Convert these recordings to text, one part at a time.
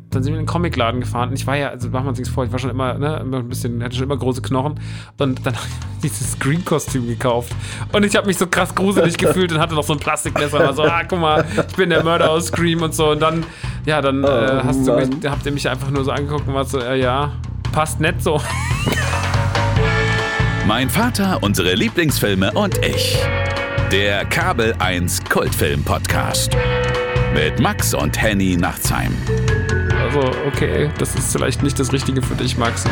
dann sind wir in den Comicladen gefahren und ich war ja, also machen wir uns nichts vor, ich war schon immer, immer ein bisschen, hatte schon immer große Knochen und dann habe ich dieses Scream-Kostüm gekauft und ich habe mich so krass gruselig gefühlt und hatte noch so ein Plastikmesser und war so, guck mal, ich bin der Mörder aus Scream und so und dann, habt ihr mich einfach nur so angeguckt und war so, ja, passt nett so. Mein Vater, unsere Lieblingsfilme und ich. Der Kabel 1 Kultfilm-Podcast. Mit Max und Henny Nachtsheim. Also, okay, das ist vielleicht nicht das Richtige für dich, Max.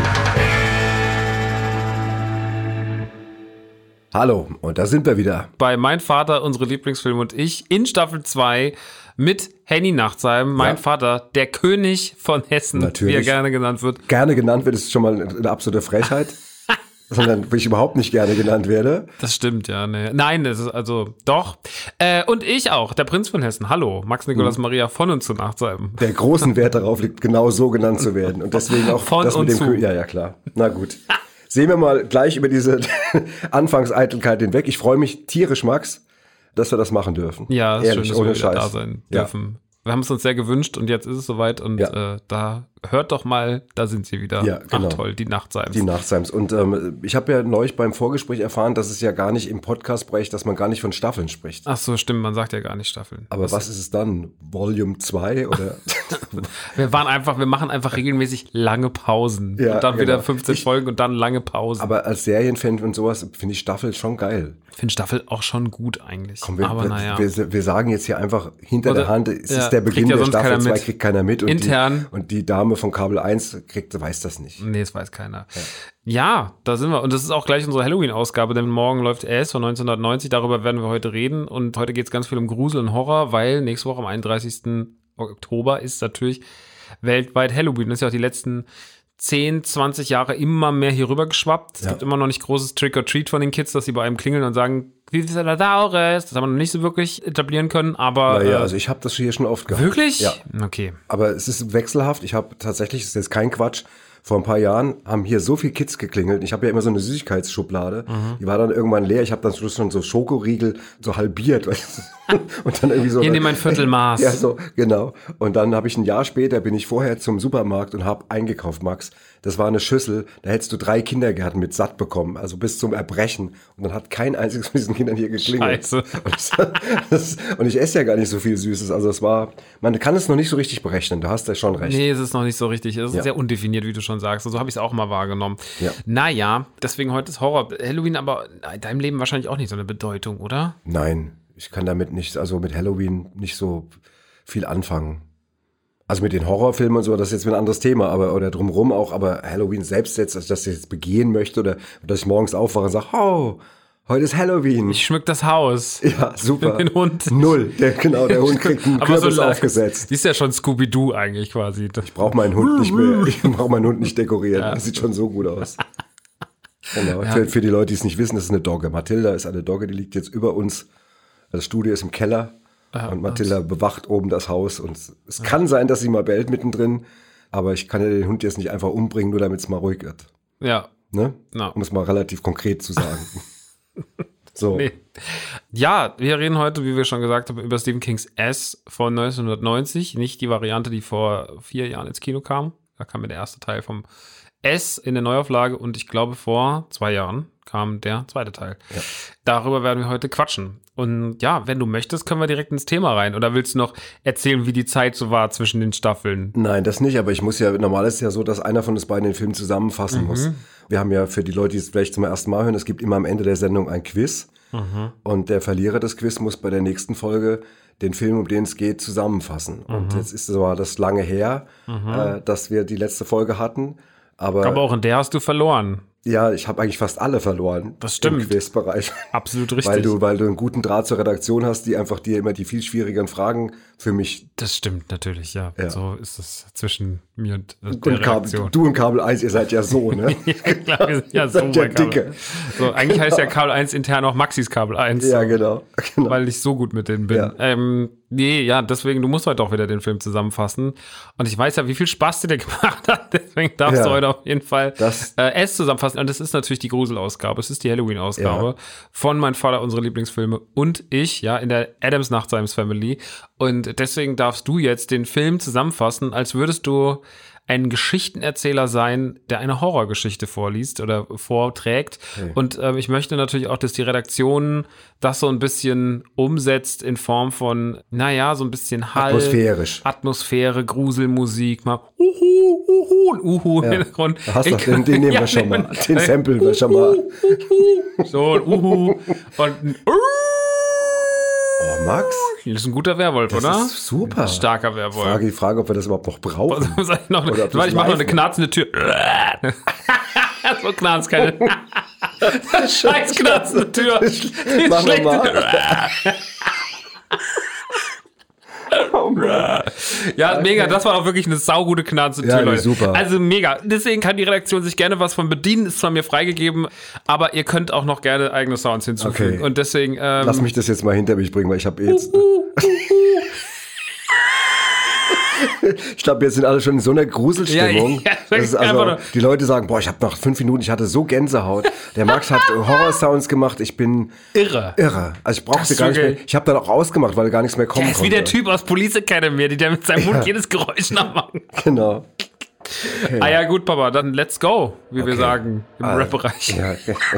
Hallo, und da sind wir wieder. Bei Mein Vater, unsere Lieblingsfilme und ich in Staffel 2 mit Henny Nachtsheim. Mein Vater, der König von Hessen, natürlich, wie er gerne genannt wird. Gerne genannt wird, ist schon mal eine absolute Frechheit. Sondern wo ich überhaupt nicht gerne genannt werde. Das stimmt, ja. Nee. Nein, das ist also doch. Und ich auch, der Prinz von Hessen. Hallo, Max Nikolaus Maria von und zu Nachtsheim. Der großen Wert darauf liegt, genau so genannt zu werden. Und deswegen auch von das mit dem zu. Ja, klar. Na gut. Sehen wir mal gleich über diese Anfangseitelkeit hinweg. Ich freue mich tierisch, Max, dass wir das machen dürfen. Ja, das ist schön, dass wir wieder da sein dürfen. Ja. Wir haben es uns sehr gewünscht und jetzt ist es soweit und da hört doch mal, da sind sie wieder. Ja, genau. Ach toll, die Nachtseims. Die Nachtseims. Und ich habe ja neulich beim Vorgespräch erfahren, dass es ja gar nicht im Podcast-Bereich, dass man gar nicht von Staffeln spricht. Ach so, stimmt, man sagt ja gar nicht Staffeln. Aber was ist es dann? Volume 2 oder? Wir machen einfach regelmäßig lange Pausen. Ja, und dann genau. wieder 15 Folgen und dann lange Pausen. Aber als Serienfan und sowas finde ich Staffel schon geil. Ich finde Staffel auch schon gut eigentlich. Komm, aber naja. Wir sagen jetzt hier einfach hinter der Hand, es ist der Beginn ja der Staffel 2, kriegt keiner mit. Und intern. Und die Dame von Kabel 1 weiß das nicht. Nee, das weiß keiner. Ja, da sind wir. Und das ist auch gleich unsere Halloween-Ausgabe, denn morgen läuft S von 1990. Darüber werden wir heute reden. Und heute geht es ganz viel um Grusel und Horror, weil nächste Woche am 31. Oktober ist natürlich weltweit Halloween. Das ist ja auch die letzten 10, 20 Jahre immer mehr hier rüber geschwappt. Es gibt immer noch nicht großes Trick-or-Treat von den Kids, dass sie bei einem klingeln und sagen, wie viel da Saures? Das haben wir noch nicht so wirklich etablieren können, aber... Naja, also ich habe das hier schon oft gehabt. Wirklich? Ja. Okay. Aber es ist wechselhaft. Ich habe tatsächlich, das ist jetzt kein Quatsch, vor ein paar Jahren haben hier so viele Kids geklingelt. Ich habe ja immer so eine Süßigkeitsschublade. Die war dann irgendwann leer. Ich habe dann schon so Schokoriegel so halbiert. Weißt du? Und dann irgendwie so. Hier nimm ein Viertelmaß. Ja, so, genau. Und dann habe ich ein Jahr später, bin ich vorher zum Supermarkt und habe eingekauft, Max. Das war eine Schüssel, da hättest du 3 Kindergärten mit satt bekommen. Also bis zum Erbrechen. Und dann hat kein einziges von diesen Kindern hier geklingelt. Scheiße. Und ich esse ja gar nicht so viel Süßes. Also es war, man kann es noch nicht so richtig berechnen. Du hast ja schon recht. Nee, es ist noch nicht so richtig. Es ist sehr undefiniert, wie du schon sagst. So habe ich es auch mal wahrgenommen. Ja. Naja, deswegen heute ist Horror. Halloween aber in deinem Leben wahrscheinlich auch nicht so eine Bedeutung, oder? Nein, ich kann damit nicht, also mit Halloween nicht so viel anfangen. Also mit den Horrorfilmen und so, das ist jetzt ein anderes Thema, oder drumherum auch, aber Halloween selbst jetzt, dass ich jetzt begehen möchte oder dass ich morgens aufwache und sage, oh, heute ist Halloween. Ich schmück das Haus. Ja, super. Den Hund. Null. Der Hund kriegt einen Kürbis so aufgesetzt. Die ist ja schon Scooby-Doo eigentlich quasi. Ich brauche meinen Hund nicht mehr. Ich brauche meinen Hund nicht dekorieren. Ja. Das sieht schon so gut aus. Genau. Ja. Für die Leute, die es nicht wissen, das ist eine Dogge. Mathilda ist eine Dogge, die liegt jetzt über uns. Das Studio ist im Keller. Und Mathilda bewacht oben das Haus. Und es kann sein, dass sie mal bellt mittendrin. Aber ich kann ja den Hund jetzt nicht einfach umbringen, nur damit es mal ruhig wird. Ja. Ne? No. Um es mal relativ konkret zu sagen. So. Nee. Ja, wir reden heute, wie wir schon gesagt haben, über Stephen Kings S von 1990. Nicht die Variante, die vor 4 Jahren ins Kino kam. Da kam ja der erste Teil vom S in der Neuauflage und ich glaube vor 2 Jahren kam der zweite Teil. Ja. Darüber werden wir heute quatschen. Und ja, wenn du möchtest, können wir direkt ins Thema rein. Oder willst du noch erzählen, wie die Zeit so war zwischen den Staffeln? Nein, das nicht, aber ich muss ja, normal ist es ja so, dass einer von uns beiden den Film zusammenfassen muss. Wir haben ja für die Leute, die es vielleicht zum ersten Mal hören, es gibt immer am Ende der Sendung ein Quiz. Und der Verlierer des Quiz muss bei der nächsten Folge den Film, um den es geht, zusammenfassen. Und jetzt ist zwar das lange her, dass wir die letzte Folge hatten. Aber auch in der hast du verloren. Ja, ich habe eigentlich fast alle verloren. Das stimmt. Im Quizbereich. Absolut richtig. Weil du einen guten Draht zur Redaktion hast, die einfach dir immer die viel schwierigeren Fragen für mich. Das stimmt natürlich, ja. So ist es zwischen mir und der Redaktion. Du und Kabel 1, ihr seid ja so, ne? Ja, klar, wir sind ja so ja dicke. So, eigentlich heißt ja Kabel 1 intern auch Maxis Kabel 1. Ja, genau. Weil ich so gut mit denen bin. Nee, ja, deswegen, du musst heute auch wieder den Film zusammenfassen. Und ich weiß ja, wie viel Spaß dir der gemacht hat. Deswegen darfst du heute auf jeden Fall es zusammenfassen. Und das ist natürlich die Gruselausgabe. Es ist die Halloween-Ausgabe von Mein Vater, unsere Lieblingsfilme und ich, ja, in der Addams Nachtseims Family. Und deswegen darfst du jetzt den Film zusammenfassen, als würdest du ein Geschichtenerzähler sein, der eine Horrorgeschichte vorliest oder vorträgt. Okay. Und ich möchte natürlich auch, dass die Redaktion das so ein bisschen umsetzt in Form von, naja, so ein bisschen Hall. Atmosphärisch. Atmosphäre, Gruselmusik, mal im Hintergrund. Hast du den nehmen wir schon mal. Den samplen wir schon mal. So ein und ein Oh, Max? Das ist ein guter Werwolf, oder? Das ist super. Ein starker Werwolf. Die Frage, ob wir das überhaupt noch brauchen. Ich mache noch eine knarzende Tür. So knarzt keine. Scheiß knarzende Tür. Die Machen wir mal. Ja, mega, das war auch wirklich eine saugute knarzende Tür, Leute. Super. Also mega. Deswegen kann die Redaktion sich gerne was von bedienen, ist zwar mir freigegeben, aber ihr könnt auch noch gerne eigene Sounds hinzufügen. Okay. Und deswegen. Lass mich das jetzt mal hinter mich bringen, weil ich habe jetzt. Ich glaube, wir sind alle schon in so einer Gruselstimmung. Ja, das ist also, die Leute sagen, boah, ich habe nach 5 Minuten, ich hatte so Gänsehaut. Der Max hat Horror-Sounds gemacht, ich bin irre. Also ich brauchte gar nicht mehr. Ich habe dann auch ausgemacht, weil gar nichts mehr kommen konnte. Der ist wie der Typ aus Police Academy, der mit seinem Mund jedes Geräusch nachmacht. Genau. Okay. Ah ja, gut, Papa, dann let's go, wie wir sagen im Rap-Bereich. Ja.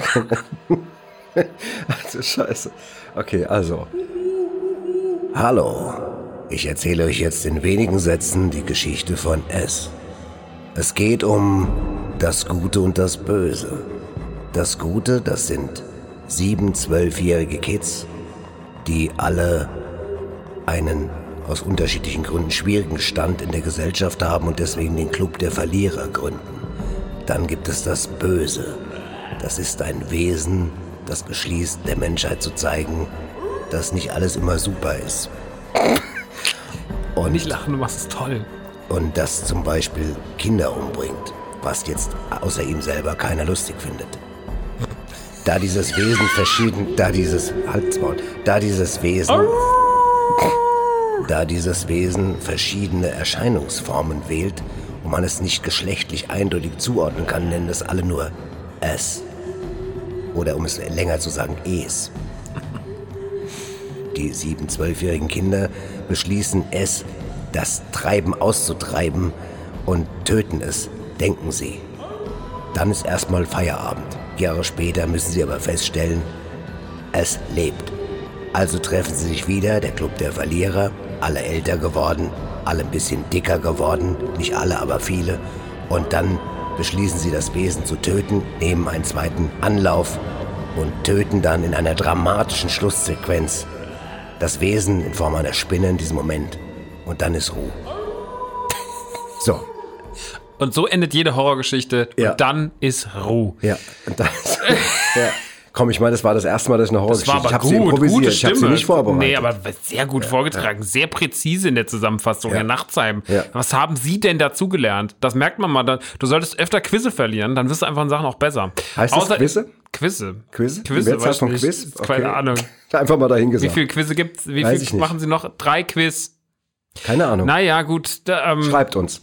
Also scheiße. Okay, also. Hallo. Ich erzähle euch jetzt in wenigen Sätzen die Geschichte von S. Es geht um das Gute und das Böse. Das Gute, das sind 7 12-jährige Kids, die alle einen aus unterschiedlichen Gründen schwierigen Stand in der Gesellschaft haben und deswegen den Club der Verlierer gründen. Dann gibt es das Böse. Das ist ein Wesen, das beschließt, der Menschheit zu zeigen, dass nicht alles immer super ist. Und nicht lachen, du machst es toll. Und das zum Beispiel Kinder umbringt, was jetzt außer ihm selber keiner lustig findet. Da dieses Wesen verschiedene Erscheinungsformen wählt und man es nicht geschlechtlich eindeutig zuordnen kann, nennen es alle nur es. Oder um es länger zu sagen, es. Die 7 12-jährigen Kinder beschließen es, das Treiben auszutreiben und töten es, denken sie. Dann ist erstmal Feierabend. Jahre später müssen sie aber feststellen, es lebt. Also treffen sie sich wieder, der Club der Verlierer, alle älter geworden, alle ein bisschen dicker geworden, nicht alle, aber viele. Und dann beschließen sie, das Wesen zu töten, nehmen einen zweiten Anlauf und töten dann in einer dramatischen Schlusssequenz das Wesen in Form einer Spinne in diesem Moment. Und dann ist Ruhe. So. Und so endet jede Horrorgeschichte. Ja. Und dann ist Ruhe. Ja. Und dann ja. Komm, ich meine, das war das erste Mal, dass ich eine Horrorgeschichte... Das war aber ich habe sie improvisiert, ich habe sie nicht vorbereitet. Nee, aber sehr gut vorgetragen. Sehr präzise in der Zusammenfassung, Herr Nachtsheim. Ja. Was haben Sie denn dazugelernt? Das merkt man mal. Du solltest öfter Quizze verlieren, dann wirst du einfach in Sachen auch besser. Heißt das Quizze? Quizze. Quizze? Weiß von nicht. Quiz? Okay. Keine Ahnung. Einfach mal dahin gesagt. Wie viele Quizze gibt's? Wie viel machen Sie noch? 3 Quiz. Keine Ahnung. Naja, gut. Schreibt uns.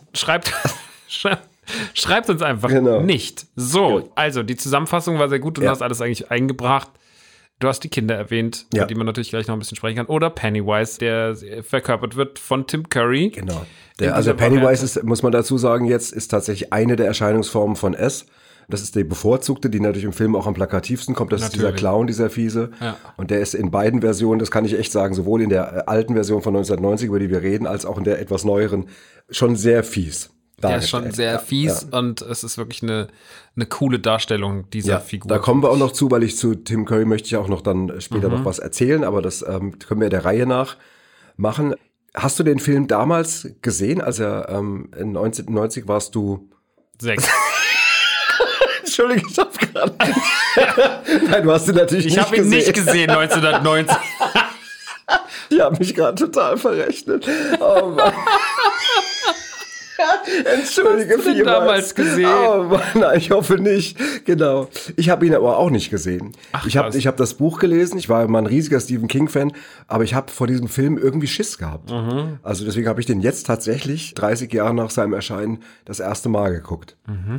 Schreibt uns einfach nicht. So, also die Zusammenfassung war sehr gut. Du hast alles eigentlich eingebracht. Du hast die Kinder erwähnt, über die man natürlich gleich noch ein bisschen sprechen kann. Oder Pennywise, der verkörpert wird von Tim Curry. Genau. Also Pennywise ist, muss man dazu sagen, jetzt ist tatsächlich eine der Erscheinungsformen von S. Das ist die bevorzugte, die natürlich im Film auch am plakativsten kommt. Das ist dieser Clown, dieser Fiese. Ja. Und der ist in beiden Versionen, das kann ich echt sagen, sowohl in der alten Version von 1990, über die wir reden, als auch in der etwas neueren, schon sehr fies. Der ist schon sehr fies und es ist wirklich eine coole Darstellung dieser Figur. Da kommen wir auch noch zu, weil zu Tim Curry möchte ich auch noch dann später noch was erzählen, aber das können wir der Reihe nach machen. Hast du den Film damals gesehen, als er in 1990 warst du 6? Entschuldigung, ich hab's gerade. Nein, du hast ihn natürlich nicht gesehen. Ich habe ihn nicht gesehen 1990. Ich habe mich gerade total verrechnet. Oh Mann. Entschuldige Hast du den damals gesehen? Oh Mann, nein, ich hoffe nicht. Genau. Ich habe ihn aber auch nicht gesehen. Ach, ich hab das Buch gelesen. Ich war mal ein riesiger Stephen King-Fan, aber ich habe vor diesem Film irgendwie Schiss gehabt. Also deswegen habe ich den jetzt tatsächlich 30 Jahre nach seinem Erscheinen das erste Mal geguckt.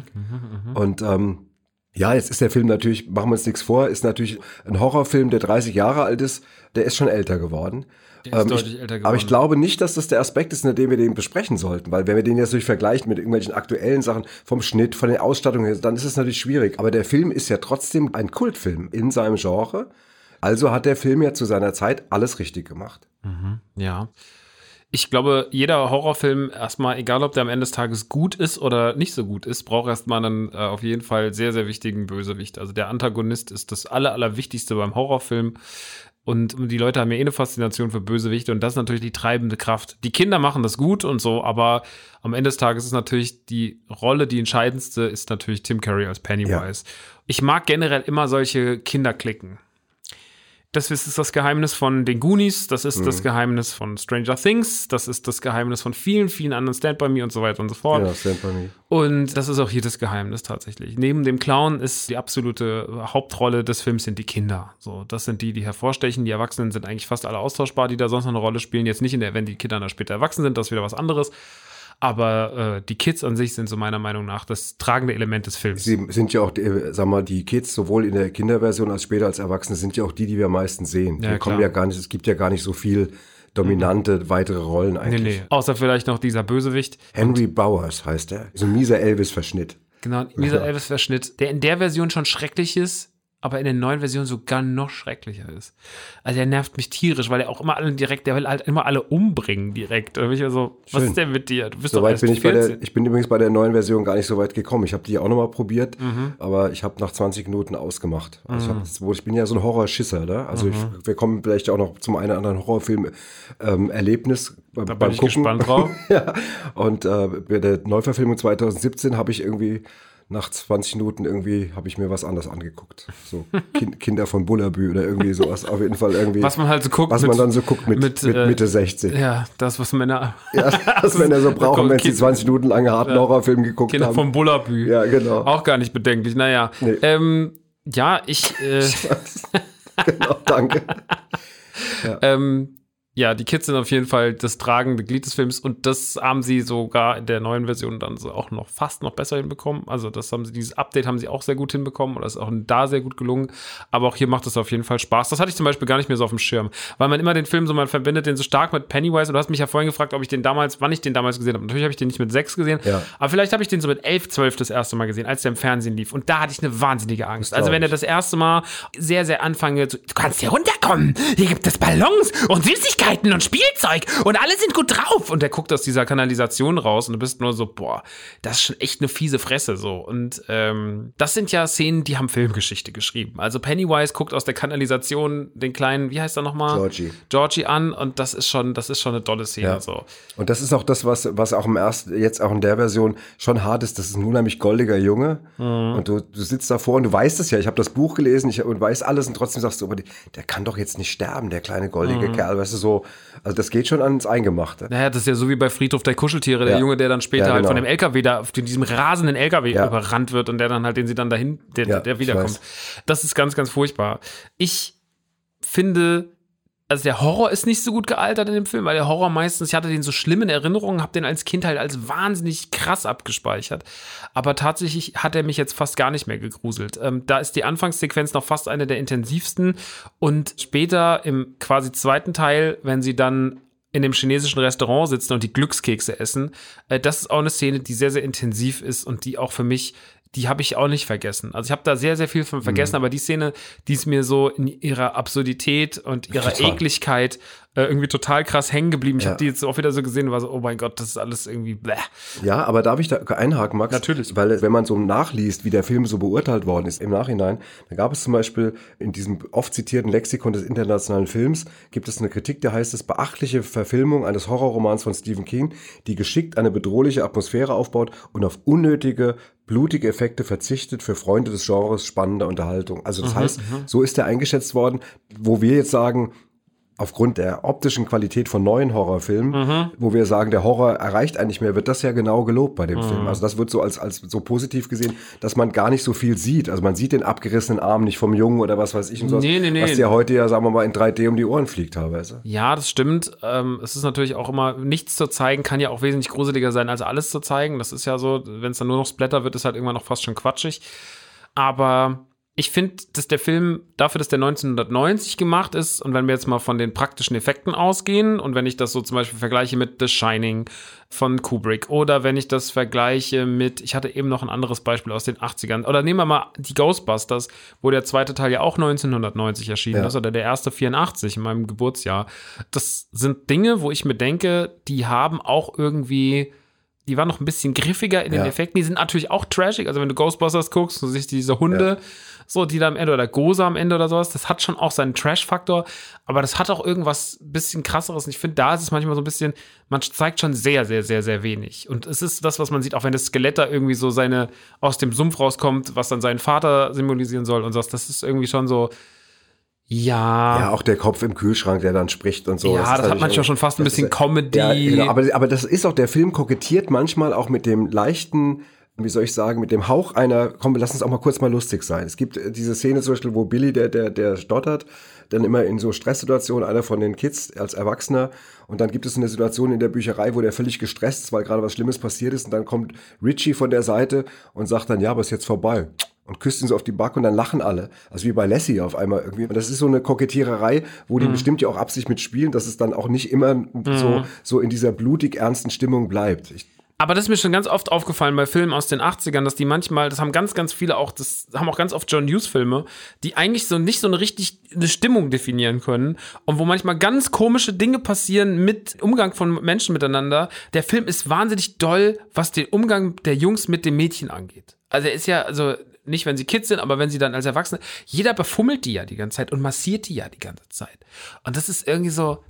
Und ja, jetzt ist der Film natürlich, machen wir uns nichts vor, ist natürlich ein Horrorfilm, der 30 Jahre alt ist. Der ist schon älter geworden. Der ist deutlich älter geworden. Aber ich glaube nicht, dass das der Aspekt ist, in dem wir den besprechen sollten. Weil wenn wir den jetzt durch vergleichen mit irgendwelchen aktuellen Sachen, vom Schnitt, von den Ausstattungen, dann ist es natürlich schwierig. Aber der Film ist ja trotzdem ein Kultfilm in seinem Genre. Also hat der Film ja zu seiner Zeit alles richtig gemacht. Ja. Ich glaube, jeder Horrorfilm erstmal, egal ob der am Ende des Tages gut ist oder nicht so gut ist, braucht erstmal einen auf jeden Fall sehr, sehr wichtigen Bösewicht. Also der Antagonist ist das Allerwichtigste beim Horrorfilm. Und die Leute haben ja eine Faszination für Bösewichte und das ist natürlich die treibende Kraft. Die Kinder machen das gut und so, aber am Ende des Tages ist natürlich die Rolle, die entscheidendste, ist natürlich Tim Curry als Pennywise. Ja. Ich mag generell immer solche Kinderklicken. Das ist das Geheimnis von den Goonies, das ist das Geheimnis von Stranger Things, das ist das Geheimnis von vielen, vielen anderen Stand By Me und so weiter und so fort. Ja, Stand By Me. Und das ist auch hier das Geheimnis tatsächlich. Neben dem Clown ist die absolute Hauptrolle des Films sind die Kinder. So, das sind die hervorstechen. Die Erwachsenen sind eigentlich fast alle austauschbar, die da sonst noch eine Rolle spielen. Jetzt nicht wenn die Kinder dann später erwachsen sind, das ist wieder was anderes. Aber die Kids an sich sind so meiner Meinung nach das tragende Element des Films. Sie sind ja auch, die Kids, sowohl in der Kinderversion als später als Erwachsene, sind ja auch die wir am meisten sehen. Ja, kommen ja gar nicht, es gibt ja gar nicht so viel dominante weitere Rollen eigentlich. Nee. Außer vielleicht noch dieser Bösewicht. Henry Bowers heißt er. So ein mieser Elvis-Verschnitt. Genau, ein mieser Elvis-Verschnitt, der in der Version schon schrecklich ist, aber in der neuen Version sogar noch schrecklicher ist. Also der nervt mich tierisch, weil er auch immer der will halt immer alle umbringen direkt. Und ich so, was ist denn mit dir? Du bist so doch erst 14. Ich bin übrigens bei der neuen Version gar nicht so weit gekommen. Ich habe die auch nochmal probiert, aber ich habe nach 20 Minuten ausgemacht. Also ich bin ja so ein Horrorschisser, ne? Also wir kommen vielleicht auch noch zum einen oder anderen Horrorfilm-Erlebnis beim bin ich Gucken. Gespannt drauf. Ja. Und bei der Neuverfilmung 2017 habe ich irgendwie nach 20 Minuten habe ich mir was anderes angeguckt. So Kinder von Bullabü oder irgendwie sowas. Auf jeden Fall irgendwie. Was man halt so guckt. Was man dann so guckt mit Mitte 60. Ja, das, was Männer. Ja, was Männer so brauchen, wenn sie 20 Minuten lange harten Horrorfilm geguckt Kinder haben. Kinder von Bullabü. Ja, genau. Auch gar nicht bedenklich. Naja. Nee. Ja, Genau, danke. Ja, die Kids sind auf jeden Fall das tragende Glied des Films und das haben sie sogar in der neuen Version dann so auch noch fast noch besser hinbekommen. Also dieses Update haben sie auch sehr gut hinbekommen oder ist auch da sehr gut gelungen. Aber auch hier macht es auf jeden Fall Spaß. Das hatte ich zum Beispiel gar nicht mehr so auf dem Schirm, weil man immer den Film man verbindet den so stark mit Pennywise. Und du hast mich ja vorhin gefragt, wann ich den damals gesehen habe. Natürlich habe ich den nicht mit 6 gesehen, aber vielleicht habe ich den so mit 11, 12 das erste Mal gesehen, als der im Fernsehen lief. Und da hatte ich eine wahnsinnige Angst. Also wenn er das erste Mal sehr, sehr anfange, du kannst hier runterkommen, hier gibt es Ballons und Süßigkeiten und Spielzeug und alle sind gut drauf. Und der guckt aus dieser Kanalisation raus und du bist nur so, boah, das ist schon echt eine fiese Fresse so. Und das sind ja Szenen, die haben Filmgeschichte geschrieben. Also Pennywise guckt aus der Kanalisation den kleinen, wie heißt er nochmal? Georgie an und das ist schon eine tolle Szene. Ja. So. Und das ist auch das, was auch jetzt auch in der Version schon hart ist. Das ist ein unheimlich goldiger Junge und du sitzt davor und du weißt es ja. Ich habe das Buch gelesen und weiß alles und trotzdem sagst du, aber der kann doch jetzt nicht sterben, der kleine goldige Kerl, weißt du, so. Also das geht schon ans Eingemachte. Naja, das ist ja so wie bei Friedhof der Kuscheltiere, der Junge, der dann später halt von dem LKW da, auf diesem rasenden LKW überrannt wird und der dann halt, den sie dann dahin, der wiederkommt. Das ist ganz, ganz furchtbar. Ich finde, also der Horror ist nicht so gut gealtert in dem Film, weil der Horror meistens, ich hatte den so schlimm in Erinnerung, habe den als Kind halt als wahnsinnig krass abgespeichert. Aber tatsächlich hat er mich jetzt fast gar nicht mehr gegruselt. Da ist die Anfangssequenz noch fast eine der intensivsten und später im quasi zweiten Teil, wenn sie dann in dem chinesischen Restaurant sitzen und die Glückskekse essen, das ist auch eine Szene, die sehr, sehr intensiv ist und die auch für mich, die habe ich auch nicht vergessen. Also ich habe da sehr, sehr viel von vergessen, aber die Szene, die ist mir so in ihrer Absurdität und ihrer Ekligkeit irgendwie total krass hängen geblieben. Ich habe die jetzt auch wieder so gesehen und war so, oh mein Gott, das ist alles irgendwie bläh. Ja, aber darf ich da einhaken, Max? Natürlich. Weil wenn man so nachliest, wie der Film so beurteilt worden ist im Nachhinein, da gab es zum Beispiel in diesem oft zitierten Lexikon des internationalen Films, gibt es eine Kritik, da heißt es, beachtliche Verfilmung eines Horrorromans von Stephen King, die geschickt eine bedrohliche Atmosphäre aufbaut und auf unnötige blutige Effekte verzichtet, für Freunde des Genres spannende Unterhaltung. Also das heißt, so ist der eingeschätzt worden, wo wir jetzt sagen, aufgrund der optischen Qualität von neuen Horrorfilmen, wo wir sagen, der Horror erreicht einen nicht mehr, wird das ja genau gelobt bei dem Film. Also das wird so als so positiv gesehen, dass man gar nicht so viel sieht. Also man sieht den abgerissenen Arm nicht vom Jungen oder was weiß ich und sowas, was dir heute ja, sagen wir mal, in 3D um die Ohren fliegt teilweise. Ja, das stimmt. Es ist natürlich auch immer, nichts zu zeigen, kann ja auch wesentlich gruseliger sein, als alles zu zeigen. Das ist ja so, wenn es dann nur noch Splatter wird, ist halt irgendwann noch fast schon quatschig. Aber ich finde, dass der Film dafür, dass der 1990 gemacht ist und wenn wir jetzt mal von den praktischen Effekten ausgehen und wenn ich das so zum Beispiel vergleiche mit The Shining von Kubrick oder wenn ich das vergleiche mit, ich hatte eben noch ein anderes Beispiel aus den 80ern oder nehmen wir mal die Ghostbusters, wo der zweite Teil ja auch 1990 erschienen ist oder der erste 84 in meinem Geburtsjahr. Das sind Dinge, wo ich mir denke, die haben auch irgendwie... Die waren noch ein bisschen griffiger in den Effekten. Die sind natürlich auch trashig. Also wenn du Ghostbusters guckst, du siehst diese Hunde, so die da am Ende oder Gozer am Ende oder sowas, das hat schon auch seinen Trash-Faktor. Aber das hat auch irgendwas ein bisschen krasseres. Und ich finde, da ist es manchmal so ein bisschen, man zeigt schon sehr, sehr, sehr, sehr wenig. Und es ist das, was man sieht, auch wenn das Skelett da irgendwie so aus dem Sumpf rauskommt, was dann seinen Vater symbolisieren soll und sowas. Das ist irgendwie schon so, ja, auch der Kopf im Kühlschrank, der dann spricht und so. Ja, das hat manchmal schon fast ein bisschen Comedy. Ja, genau, aber das ist auch, der Film kokettiert manchmal auch mit dem leichten, wie soll ich sagen, mit dem Hauch einer, komm, lass uns auch mal kurz mal lustig sein. Es gibt diese Szene zum Beispiel, wo Billy, der stottert, dann immer in so Stresssituationen, einer von den Kids als Erwachsener, und dann gibt es eine Situation in der Bücherei, wo der völlig gestresst ist, weil gerade was Schlimmes passiert ist, und dann kommt Richie von der Seite und sagt dann, ja, aber ist jetzt vorbei. Und küsst ihn so auf die Backe und dann lachen alle. Also wie bei Lassie auf einmal irgendwie. Und das ist so eine Kokettiererei, wo die bestimmt ja auch Absicht mitspielen, dass es dann auch nicht immer so in dieser blutig ernsten Stimmung bleibt. Aber das ist mir schon ganz oft aufgefallen bei Filmen aus den 80ern, dass die manchmal, das haben ganz, ganz viele auch, das haben auch ganz oft John Hughes-Filme, die eigentlich so nicht so eine Stimmung definieren können und wo manchmal ganz komische Dinge passieren mit Umgang von Menschen miteinander. Der Film ist wahnsinnig doll, was den Umgang der Jungs mit dem Mädchen angeht. Also er ist ja, also nicht, wenn sie Kids sind, aber wenn sie dann als Erwachsene, jeder befummelt die ja die ganze Zeit und massiert die ja die ganze Zeit. Und das ist irgendwie so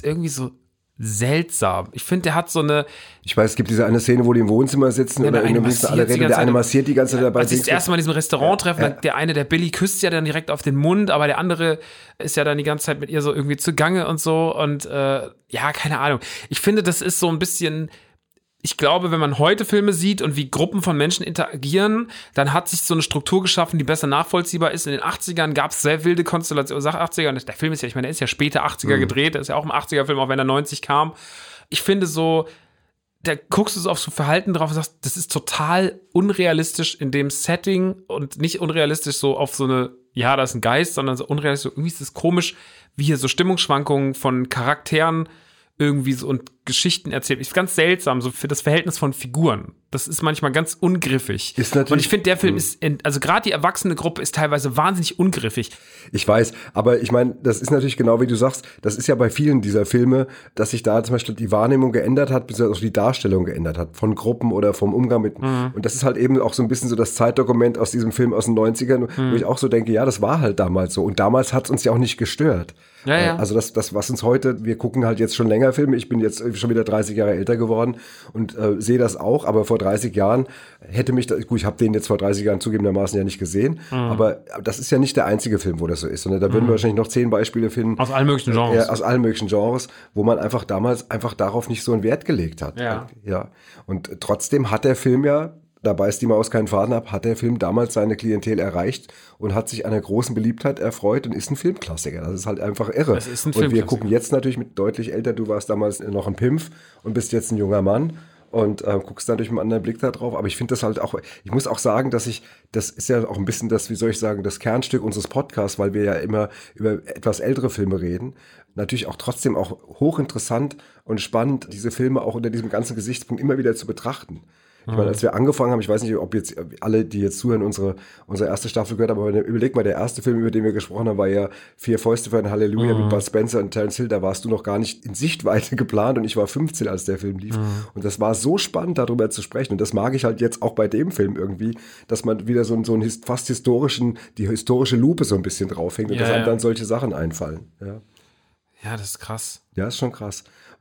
seltsam. Ich finde, der hat so eine... Ich weiß, es gibt diese eine Szene, wo die im Wohnzimmer sitzen oder in einem alle reden, der eine massiert die ganze Zeit dabei. Als sie das erste Mal in diesem Restaurant treffen, der Billy küsst ja dann direkt auf den Mund, aber der andere ist ja dann die ganze Zeit mit ihr so irgendwie zugange und so und keine Ahnung. Ich finde, das ist so ein bisschen... Ich glaube, wenn man heute Filme sieht und wie Gruppen von Menschen interagieren, dann hat sich so eine Struktur geschaffen, die besser nachvollziehbar ist. In den 80ern gab es sehr wilde Konstellationen, sag 80er, und der Film ist ja, ich meine, der ist ja später 80er gedreht, der ist ja auch ein 80er-Film, auch wenn er 90 kam. Ich finde so, da guckst du so auf so Verhalten drauf und sagst, das ist total unrealistisch in dem Setting und nicht unrealistisch so auf so eine, ja, da ist ein Geist, sondern so unrealistisch, irgendwie ist es komisch, wie hier so Stimmungsschwankungen von Charakteren irgendwie so und Geschichten erzählt. Ist ganz seltsam, so für das Verhältnis von Figuren. Das ist manchmal ganz ungriffig. Und ich finde, der Film ist, also gerade die erwachsene Gruppe ist teilweise wahnsinnig ungriffig. Ich weiß, aber ich meine, das ist natürlich genau wie du sagst, das ist ja bei vielen dieser Filme, dass sich da zum Beispiel die Wahrnehmung geändert hat, beziehungsweise auch die Darstellung geändert hat, von Gruppen oder vom Umgang mit. Und das ist halt eben auch so ein bisschen so das Zeitdokument aus diesem Film aus den 90ern, wo ich auch so denke, ja, das war halt damals so. Und damals hat es uns ja auch nicht gestört. Ja. Also das, was uns heute, wir gucken halt jetzt schon länger Filme, ich bin jetzt schon wieder 30 Jahre älter geworden und sehe das auch, aber vor 30 Jahren hätte mich, gut, ich habe den jetzt vor 30 Jahren zugegebenermaßen ja nicht gesehen, aber das ist ja nicht der einzige Film, wo das so ist, sondern da würden wir wahrscheinlich noch 10 Beispiele finden. Aus allen möglichen Genres. Aus allen möglichen Genres, wo man einfach damals einfach darauf nicht so einen Wert gelegt hat. Ja. Und trotzdem hat der Film ja, da beißt die Maus keinen Faden ab, hat der Film damals seine Klientel erreicht und hat sich einer großen Beliebtheit erfreut und ist ein Filmklassiker. Das ist halt einfach irre. Und wir gucken jetzt natürlich mit deutlich älter, du warst damals noch ein Pimpf und bist jetzt ein junger Mann und guckst natürlich mit einem anderen Blick da drauf. Aber ich finde das halt auch, ich muss auch sagen, das ist ja auch ein bisschen das, wie soll ich sagen, das Kernstück unseres Podcasts, weil wir ja immer über etwas ältere Filme reden. Natürlich auch trotzdem auch hochinteressant und spannend, diese Filme auch unter diesem ganzen Gesichtspunkt immer wieder zu betrachten. Ich meine, als wir angefangen haben, ich weiß nicht, ob jetzt alle, die jetzt zuhören, unsere erste Staffel gehört haben, aber überleg mal, der erste Film, über den wir gesprochen haben, war ja Vier Fäuste für ein Halleluja mit Bud Spencer und Terence Hill. Da warst du noch gar nicht in Sichtweite geplant und ich war 15, als der Film lief. Und das war so spannend, darüber zu sprechen. Und das mag ich halt jetzt auch bei dem Film irgendwie, dass man wieder so einen fast die historische Lupe so ein bisschen draufhängt und dass einem dann solche Sachen einfallen. Ja, das ist krass. Ja, ist schon krass.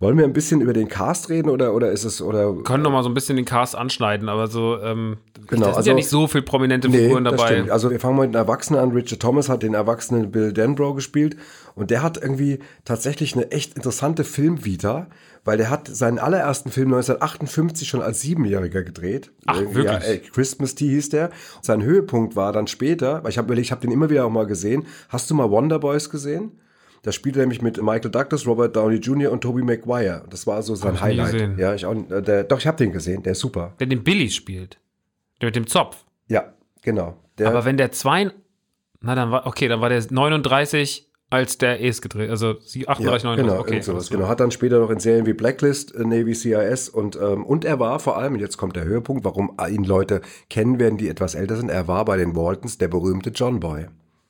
Wollen wir ein bisschen über den Cast reden oder ist es oder? Wir können noch mal so ein bisschen den Cast anschneiden, aber so Genau, da sind ja nicht so viele prominente Figuren das dabei. Stimmt. Also wir fangen mal mit den Erwachsenen an. Richard Thomas hat den erwachsenen Bill Denbrough gespielt und der hat irgendwie tatsächlich eine echt interessante Filmvita, weil der hat seinen allerersten Film 1958 schon als 7-Jähriger gedreht. Ach, wirklich? Ja, Christmas Tea hieß der. Sein Höhepunkt war dann später, weil ich habe den immer wieder auch mal gesehen. Hast du mal Wonder Boys gesehen? Da spielte er nämlich mit Michael Douglas, Robert Downey Jr. und Tobey Maguire. Das war so sein Highlight. Gesehen. Ja, ich habe den gesehen, der ist super. Der den Billy spielt. Der mit dem Zopf. Ja, genau. Aber wenn der dann war der 39, als der es gedreht, also 38, 39. Genau, Okay, sowas. Genau, hat dann später noch in Serien wie Blacklist, Navy CIS und er war vor allem, jetzt kommt der Höhepunkt, warum ihn Leute kennen werden, die etwas älter sind, er war bei den Waltons der berühmte John Boy.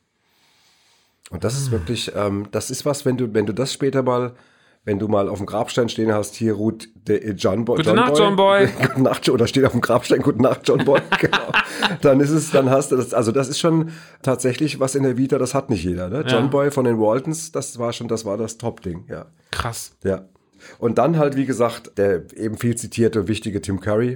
Und das ist wirklich, das ist was, wenn du das später mal, wenn du mal auf dem Grabstein stehen hast, hier ruht der John Boy. Gute Nacht, John Boy. Gute Nacht, oder steht auf dem Grabstein, Gute Nacht, John Boy. Genau. Dann hast du das, also das ist schon tatsächlich was in der Vita, das hat nicht jeder, ne? Ja. John Boy von den Waltons, das war das Top-Ding, ja. Krass. Ja. Und dann halt, wie gesagt, der eben viel zitierte, wichtige Tim Curry,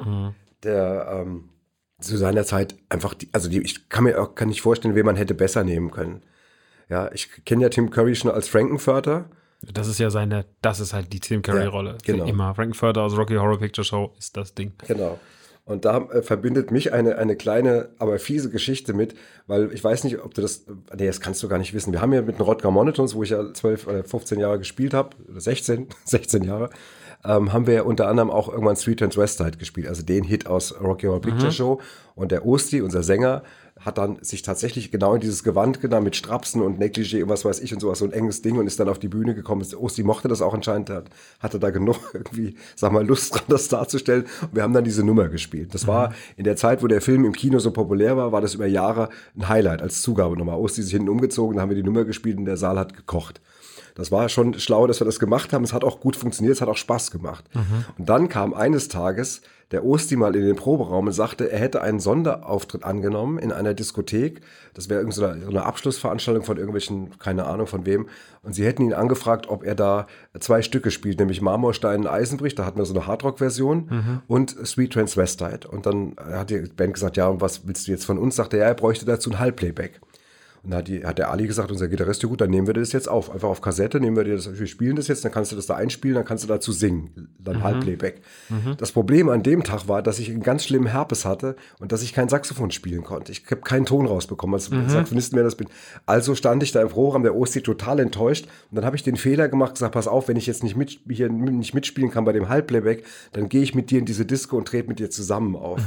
der zu seiner Zeit einfach, ich kann mir auch nicht vorstellen, wen man hätte besser nehmen können. Ja, ich kenne ja Tim Curry schon als Frankenfurter. Das ist halt die Tim Curry-Rolle. Ja, genau. Immer. Frankenfurter aus Rocky Horror Picture Show ist das Ding. Genau. Und da verbindet mich eine kleine, aber fiese Geschichte mit, weil ich weiß nicht, ob du das kannst du gar nicht wissen. Wir haben ja mit den Rodger Monotons, wo ich ja 12 oder 15 Jahre gespielt habe, oder 16 Jahre, haben wir ja unter anderem auch irgendwann Street Transvestite gespielt, also den Hit aus Rocky Horror Picture Show. Und der Osti, unser Sänger, hat dann sich tatsächlich genau in dieses Gewand genommen mit Strapsen und Negligé und was weiß ich und sowas, so ein enges Ding und ist dann auf die Bühne gekommen. Osti mochte das auch anscheinend, hatte da genug irgendwie, Lust dran, das darzustellen. Und wir haben dann diese Nummer gespielt. Das war in der Zeit, wo der Film im Kino so populär war das über Jahre ein Highlight als Zugabenummer. Osti sich hinten umgezogen, dann haben wir die Nummer gespielt und der Saal hat gekocht. Das war schon schlau, dass wir das gemacht haben. Es hat auch gut funktioniert, es hat auch Spaß gemacht. Und dann kam eines Tages der Osti mal in den Proberaum und sagte, er hätte einen Sonderauftritt angenommen in einer Diskothek. Das wäre so eine Abschlussveranstaltung von irgendwelchen, keine Ahnung von wem. Und sie hätten ihn angefragt, ob er da 2 Stücke spielt, nämlich Marmorstein und Eisenbrich. Da hatten wir so eine Hardrock-Version und Sweet Transvestite. Und dann hat die Band gesagt, ja, und was willst du jetzt von uns? Sagte er bräuchte dazu ein Halbplayback. Und dann hat der Ali gesagt, unser Gitarrist, ja gut, dann nehmen wir das jetzt auf. Einfach auf Kassette, wir spielen das jetzt, dann kannst du das da einspielen, dann kannst du dazu singen. Dann Halbplayback. Das Problem an dem Tag war, dass ich einen ganz schlimmen Herpes hatte und dass ich kein Saxophon spielen konnte. Ich habe keinen Ton rausbekommen, als Saxophonisten wer das bin. Also stand ich da im Proberaum, der Osti total enttäuscht. Und dann habe ich den Fehler gemacht, gesagt, pass auf, wenn ich jetzt nicht mitspielen kann bei dem Halbplayback, dann gehe ich mit dir in diese Disco und trete mit dir zusammen auf.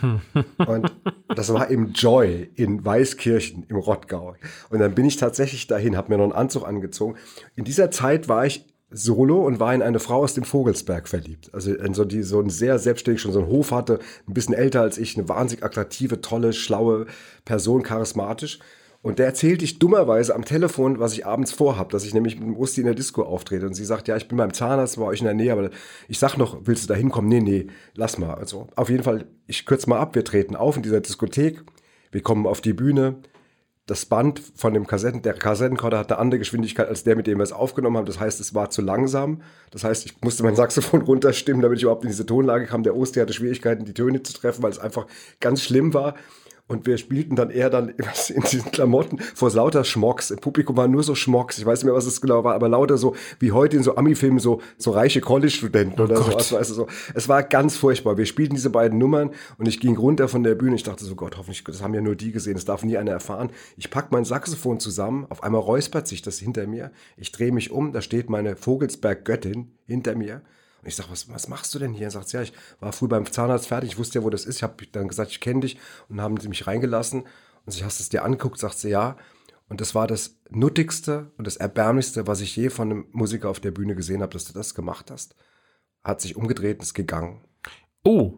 Und das war im Joy in Weißkirchen im Rottgau. Und dann bin ich tatsächlich dahin, habe mir noch einen Anzug angezogen. In dieser Zeit war ich solo und war in eine Frau aus dem Vogelsberg verliebt. Also die so ein sehr selbstständig schon so einen Hof hatte, ein bisschen älter als ich, eine wahnsinnig attraktive, tolle, schlaue Person, charismatisch. Und der erzählte ich dummerweise am Telefon, was ich abends vorhab, dass ich nämlich mit dem Osti in der Disco auftrete. Und sie sagt, ja, ich bin beim Zahnarzt, bei euch in der Nähe, aber ich sag noch, willst du da hinkommen? Nee, lass mal. Also auf jeden Fall, ich kürze mal ab, wir treten auf in dieser Diskothek, wir kommen auf die Bühne. Das Band von der Kassettenrekorder hat eine andere Geschwindigkeit als der, mit dem wir es aufgenommen haben. Das heißt, es war zu langsam. Das heißt, ich musste mein Saxophon runterstimmen, damit ich überhaupt in diese Tonlage kam. Der Osti hatte Schwierigkeiten, die Töne zu treffen, weil es einfach ganz schlimm war. Und wir spielten dann eher in diesen Klamotten vor lauter Schmocks. Im Publikum waren nur so Schmocks. Ich weiß nicht mehr, was es genau war, aber lauter so, wie heute in so Ami-Filmen, so reiche College-Studenten oder sowas, weißt du, so. Es war ganz furchtbar. Wir spielten diese beiden Nummern und ich ging runter von der Bühne. Ich dachte so, Gott, hoffentlich, das haben ja nur die gesehen. Das darf nie einer erfahren. Ich pack mein Saxophon zusammen. Auf einmal räuspert sich das hinter mir. Ich drehe mich um. Da steht meine Vogelsberg-Göttin hinter mir. Und ich sage, was machst du denn hier? Er sagt, ja, ich war früh beim Zahnarzt fertig, ich wusste ja, wo das ist. Ich habe dann gesagt, ich kenne dich. Und dann haben sie mich reingelassen. Und sie hast es dir angeguckt, sagt sie, ja. Und das war das Nuttigste und das Erbärmlichste, was ich je von einem Musiker auf der Bühne gesehen habe, dass du das gemacht hast. Hat sich umgedreht und ist gegangen. Oh.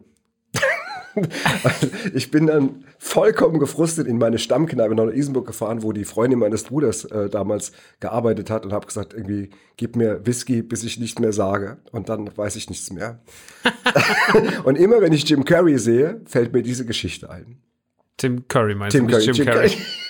Ich bin dann vollkommen gefrustet in meine Stammkneipe nach Isenburg gefahren, wo die Freundin meines Bruders damals gearbeitet hat und habe gesagt, irgendwie, gib mir Whisky, bis ich nicht mehr sage. Und dann weiß ich nichts mehr. Und immer, wenn ich Jim Carrey sehe, fällt mir diese Geschichte ein. Tim Curry meinst du? Jim Curry.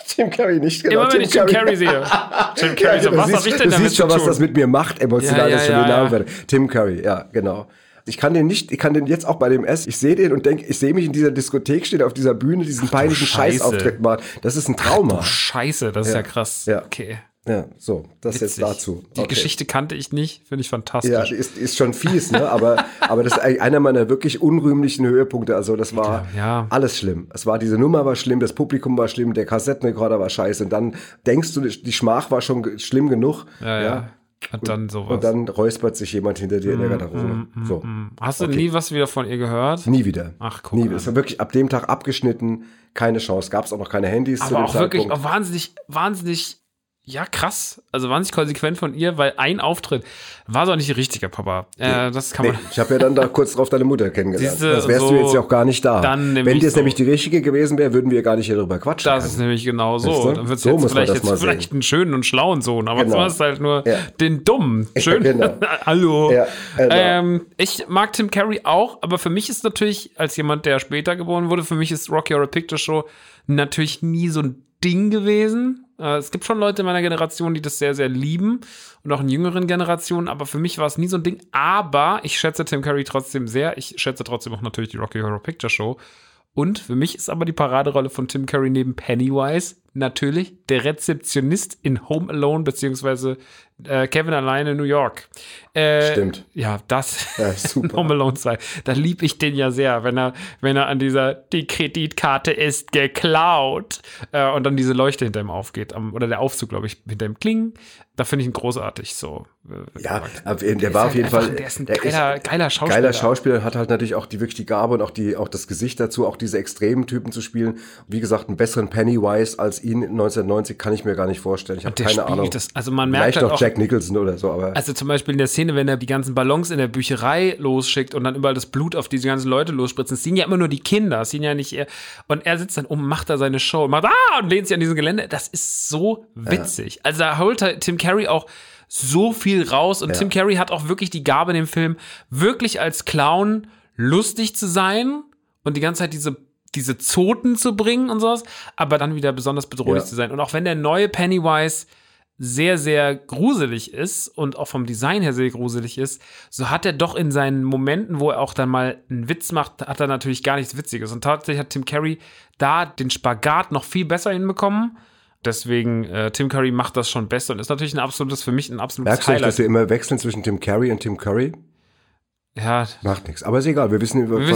Tim Curry nicht, genau. Immer wenn ich Tim Curry sehe. Tim Curry, so, was hab ich denn damit zu tun? Du siehst schon, was das mit mir macht, emotional, dass ich schon den Namen werde. Tim Curry, ja, genau. Ich kann den jetzt auch bei dem ich sehe den und denke, ich sehe mich in dieser Diskothek stehen, auf dieser Bühne, diesen peinlichen Scheißauftritt machen. Das ist ein Trauma. Scheiße, das ist ja krass. Ja. Okay. Ja, so, das jetzt dazu. Die Geschichte kannte ich nicht, finde ich fantastisch. Ja, die ist schon fies, ne? aber das ist einer meiner wirklich unrühmlichen Höhepunkte. Also das war alles schlimm. Diese Nummer war schlimm, das Publikum war schlimm, der Kassettenrekorder war scheiße. Und dann denkst du, die Schmach war schon schlimm genug. Ja. Und dann sowas. Und dann räuspert sich jemand hinter dir in der Garderobe. So. Hast du nie was wieder von ihr gehört? Nie wieder. Ach, guck mal. Es war wirklich ab dem Tag abgeschnitten, keine Chance. Gab es auch noch keine Handys zu dem Aber auch Zeitpunkt. wirklich wahnsinnig, ja krass, also wahnsinnig konsequent von ihr, weil ein Auftritt war doch nicht ihr richtiger Papa. Das kann man. Ich habe ja dann da kurz drauf deine Mutter kennengelernt. Siehste, das wärst du jetzt ja auch gar nicht da. Wenn das nämlich die richtige gewesen wäre, würden wir gar nicht hier drüber quatschen. Das ist nämlich genau so. Weißt du? Dann wird es So jetzt vielleicht einen schönen und schlauen Sohn, aber du hast halt nur den dummen. Schön. Ja, genau. Hallo. Ja, genau. Ich mag Tim Curry auch, aber für mich ist natürlich, als jemand, der später geboren wurde, für mich ist Rocky Horror Picture Show natürlich nie so ein Ding gewesen. Es gibt schon Leute in meiner Generation, die das sehr, sehr lieben und auch in jüngeren Generationen, aber für mich war es nie so ein Ding. Aber ich schätze Tim Curry trotzdem sehr. Ich schätze trotzdem auch natürlich die Rocky Horror Picture Show. Und für mich ist aber die Paraderolle von Tim Curry neben Pennywise natürlich der Rezeptionist in Home Alone beziehungsweise Kevin alleine in New York. Stimmt. Ja, das super. Home Alone 2. Da lieb ich den ja sehr, wenn er an die Kreditkarte ist geklaut und dann diese Leuchte hinter ihm aufgeht. Oder der Aufzug, glaube ich, hinter ihm kling. Da finde ich ihn großartig so. Ja, der war auf jeden Fall. Der ist ein geiler Schauspieler. Geiler Schauspieler, hat halt natürlich auch wirklich die Gabe und auch das Gesicht dazu, auch diese extremen Typen zu spielen. Wie gesagt, einen besseren Pennywise als ihn 1990 kann ich mir gar nicht vorstellen. Ich habe keine Ahnung. Also man merkt vielleicht auch Jack Nicholson oder so. Aber also zum Beispiel in der Szene, wenn er die ganzen Ballons in der Bücherei losschickt und dann überall das Blut auf diese ganzen Leute losspritzen. Das sehen ja immer nur die Kinder, das sehen ja nicht er. Und er sitzt dann macht da seine Show, macht und lehnt sich an diesem Gelände. Das ist so witzig. Also da holt Tim Curry auch so viel raus und Tim Curry hat auch wirklich die Gabe in dem Film, wirklich als Clown lustig zu sein und die ganze Zeit diese Zoten zu bringen und sowas, aber dann wieder besonders bedrohlich zu sein. Und auch wenn der neue Pennywise sehr, sehr gruselig ist und auch vom Design her sehr gruselig ist, so hat er doch in seinen Momenten, wo er auch dann mal einen Witz macht, hat er natürlich gar nichts Witziges. Und tatsächlich hat Tim Curry da den Spagat noch viel besser hinbekommen. Deswegen, Tim Curry macht das schon besser und ist natürlich für mich ein absolutes Merkst du Highlight. dass wir immer wechseln zwischen Tim Curry und Tim Curry? Ja. Macht nichts. Aber ist egal, wir wissen, wir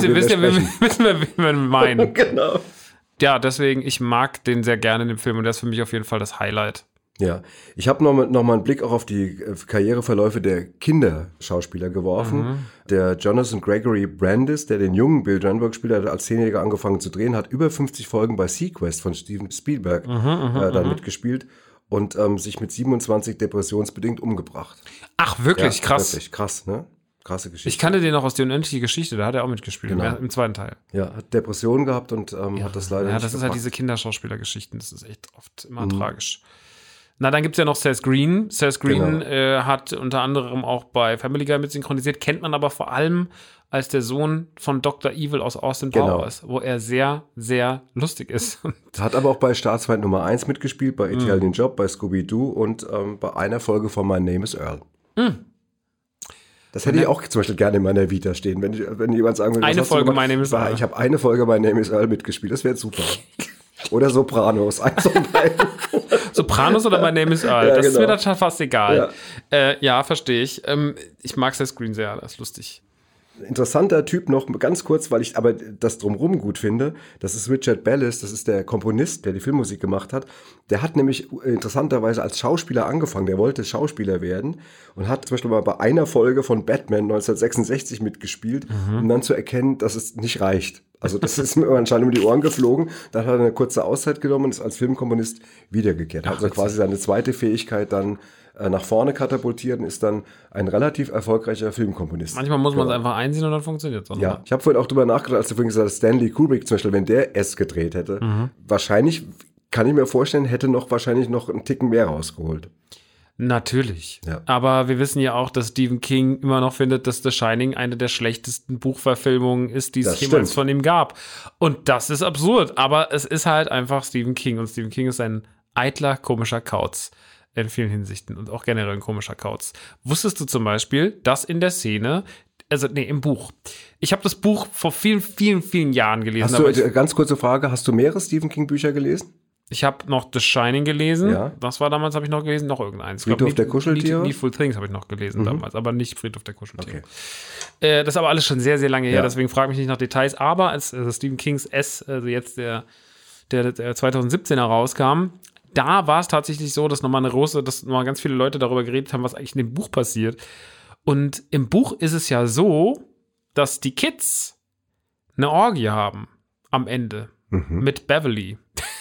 wie wir meinen. Genau. Ja, deswegen, ich mag den sehr gerne in dem Film und der ist für mich auf jeden Fall das Highlight. Ja, ich habe noch mal einen Blick auch auf die Karriereverläufe der Kinderschauspieler geworfen. Der Jonathan Gregory Brandis, der den jungen Bill Dunberg spielt, hat als 10-Jähriger angefangen zu drehen, hat über 50 Folgen bei Sequest von Steven Spielberg dann mitgespielt und sich mit 27 depressionsbedingt umgebracht. Ach, wirklich? Ja, krass. Wirklich krass, ne? Krasse Geschichte. Ich kannte den noch aus Die unendliche Geschichte, da hat er auch mitgespielt, Genau. im zweiten Teil. Ja, hat Depressionen gehabt und hat das leider nicht das ist halt diese Kinderschauspielergeschichten, das ist echt oft immer tragisch. Na, dann gibt's ja noch Seth Green. Seth Green hat unter anderem auch bei Family Guy mit synchronisiert, kennt man aber vor allem als der Sohn von Dr. Evil aus Austin Powers, wo er sehr, sehr lustig ist. Hat aber auch bei Staatsfeind Nummer 1 mitgespielt, bei Italian Job, bei Scooby-Doo und bei einer Folge von My Name is Earl. Das hätte ich auch zum Beispiel gerne in meiner Vita stehen, wenn jemand sagen würde, eine Folge My Name is Earl. Ich habe eine Folge My Name is Earl mitgespielt, das wäre super. Oder Sopranos, eins von beiden. Sopranos oder My Name is Earl, Ja, das ist genau. mir dann schon fast egal. Ja, verstehe ich. Ich mag Seth Green sehr, das ist lustig. Interessanter Typ noch, ganz kurz, weil ich aber das Drumherum gut finde, das ist Richard Bellis, das ist der Komponist, der die Filmmusik gemacht hat. Der hat nämlich interessanterweise als Schauspieler angefangen, der wollte Schauspieler werden und hat zum Beispiel mal bei einer Folge von Batman 1966 mitgespielt, um dann zu erkennen, dass es nicht reicht. Also das ist mir anscheinend um die Ohren geflogen. Dann hat er eine kurze Auszeit genommen und ist als Filmkomponist wiedergekehrt. Hat also quasi seine zweite Fähigkeit dann nach vorne katapultiert und ist dann ein relativ erfolgreicher Filmkomponist. Manchmal muss man es einfach einsehen und dann funktioniert es. Ja, ich habe vorhin auch drüber nachgedacht, als du vorhin gesagt hast, Stanley Kubrick zum Beispiel, wenn der S gedreht hätte, wahrscheinlich, kann ich mir vorstellen, hätte wahrscheinlich noch einen Ticken mehr rausgeholt. Natürlich. Ja. Aber wir wissen ja auch, dass Stephen King immer noch findet, dass The Shining eine der schlechtesten Buchverfilmungen ist, die es Das jemals stimmt. von ihm gab. Und das ist absurd. Aber es ist halt einfach Stephen King. Und Stephen King ist ein eitler, komischer Kauz. In vielen Hinsichten. Und auch generell ein komischer Kauz. Wusstest du zum Beispiel, dass in der Szene, im Buch. Ich habe das Buch vor vielen, vielen, vielen Jahren gelesen. Hast du, ganz kurze Frage, hast du mehrere Stephen King Bücher gelesen? Ich habe noch The Shining gelesen. Ja. Das war damals, habe ich noch gelesen, noch irgendeins. Friedhof der Kuscheltiere? Needful Things habe ich noch gelesen damals, aber nicht Friedhof der Kuscheltiere. Okay. Das ist aber alles schon sehr, sehr lange her, Ja. deswegen frage mich nicht nach Details. Aber als Stephen Kings also jetzt der 2017 herauskam, da war es tatsächlich so, dass nochmal ganz viele Leute darüber geredet haben, was eigentlich in dem Buch passiert. Und im Buch ist es ja so, dass die Kids eine Orgie haben am Ende mit Beverly.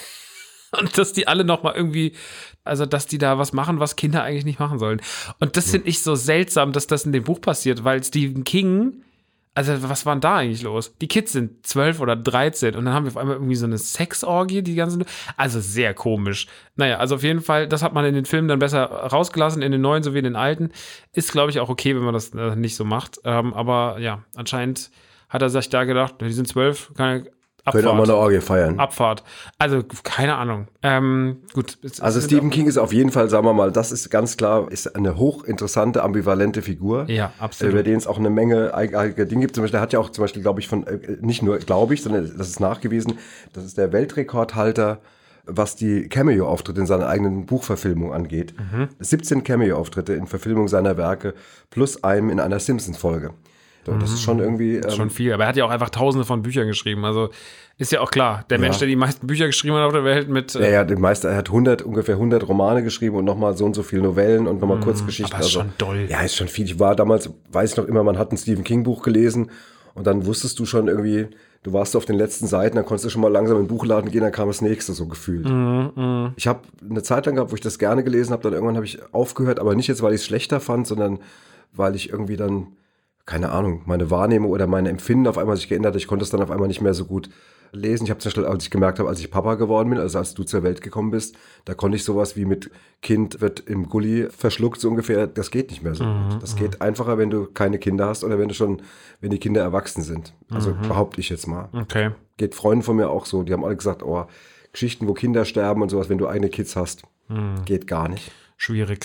Und dass die alle nochmal irgendwie, also dass die da was machen, was Kinder eigentlich nicht machen sollen. Und das finde ich so seltsam, dass das in dem Buch passiert, weil Stephen King, also was war denn da eigentlich los? Die Kids sind 12 oder 13 und dann haben wir auf einmal irgendwie so eine Sexorgie, also sehr komisch. Naja, also auf jeden Fall, das hat man in den Filmen dann besser rausgelassen, in den neuen sowie in den alten. Ist, glaube ich, auch okay, wenn man das nicht so macht. Aber ja, anscheinend hat er sich da gedacht, die sind 12, keine Abfahrt. Können auch mal eine Orgie feiern. Abfahrt. Also, keine Ahnung. Gut. Also Stephen King ist auf jeden Fall, sagen wir mal, das ist ganz klar, ist eine hochinteressante, ambivalente Figur. Ja, absolut. Über den es auch eine Menge eigenartige Dinge gibt. Zum Beispiel, der hat ja auch zum Beispiel, glaube ich, nicht nur, glaube ich, sondern das ist nachgewiesen, das ist der Weltrekordhalter, was die Cameo-Auftritte in seiner eigenen Buchverfilmung angeht. 17 Cameo-Auftritte in Verfilmung seiner Werke plus einem in einer Simpsons-Folge. Das ist schon irgendwie... schon viel, aber er hat ja auch einfach tausende von Büchern geschrieben, also ist ja auch klar, der Mensch, der die meisten Bücher geschrieben hat auf der Welt mit... er hat ungefähr 100 Romane geschrieben und nochmal so und so viele Novellen und nochmal Kurzgeschichten. Aber ist schon doll. Ja, ist schon viel. Ich war damals, weiß ich noch immer, man hat ein Stephen King Buch gelesen und dann wusstest du schon irgendwie, du warst auf den letzten Seiten, dann konntest du schon mal langsam in den Buchladen gehen, dann kam das nächste so gefühlt. Ich habe eine Zeit lang gehabt, wo ich das gerne gelesen habe, dann irgendwann habe ich aufgehört, aber nicht jetzt, weil ich es schlechter fand, sondern weil ich irgendwie dann... keine Ahnung, meine Wahrnehmung oder meine Empfinden auf einmal sich geändert. Ich konnte es dann auf einmal nicht mehr so gut lesen. Ich habe zum Beispiel, als ich gemerkt habe, als ich Papa geworden bin, also als du zur Welt gekommen bist, da konnte ich sowas wie mit Kind wird im Gully verschluckt, so ungefähr, das geht nicht mehr so gut. Das geht einfacher, wenn du keine Kinder hast oder wenn die Kinder erwachsen sind. Also behaupte ich jetzt mal. Okay. Geht Freunden von mir auch so, die haben alle gesagt, Geschichten, wo Kinder sterben und sowas, wenn du eigene Kids hast, geht gar nicht. Schwierig.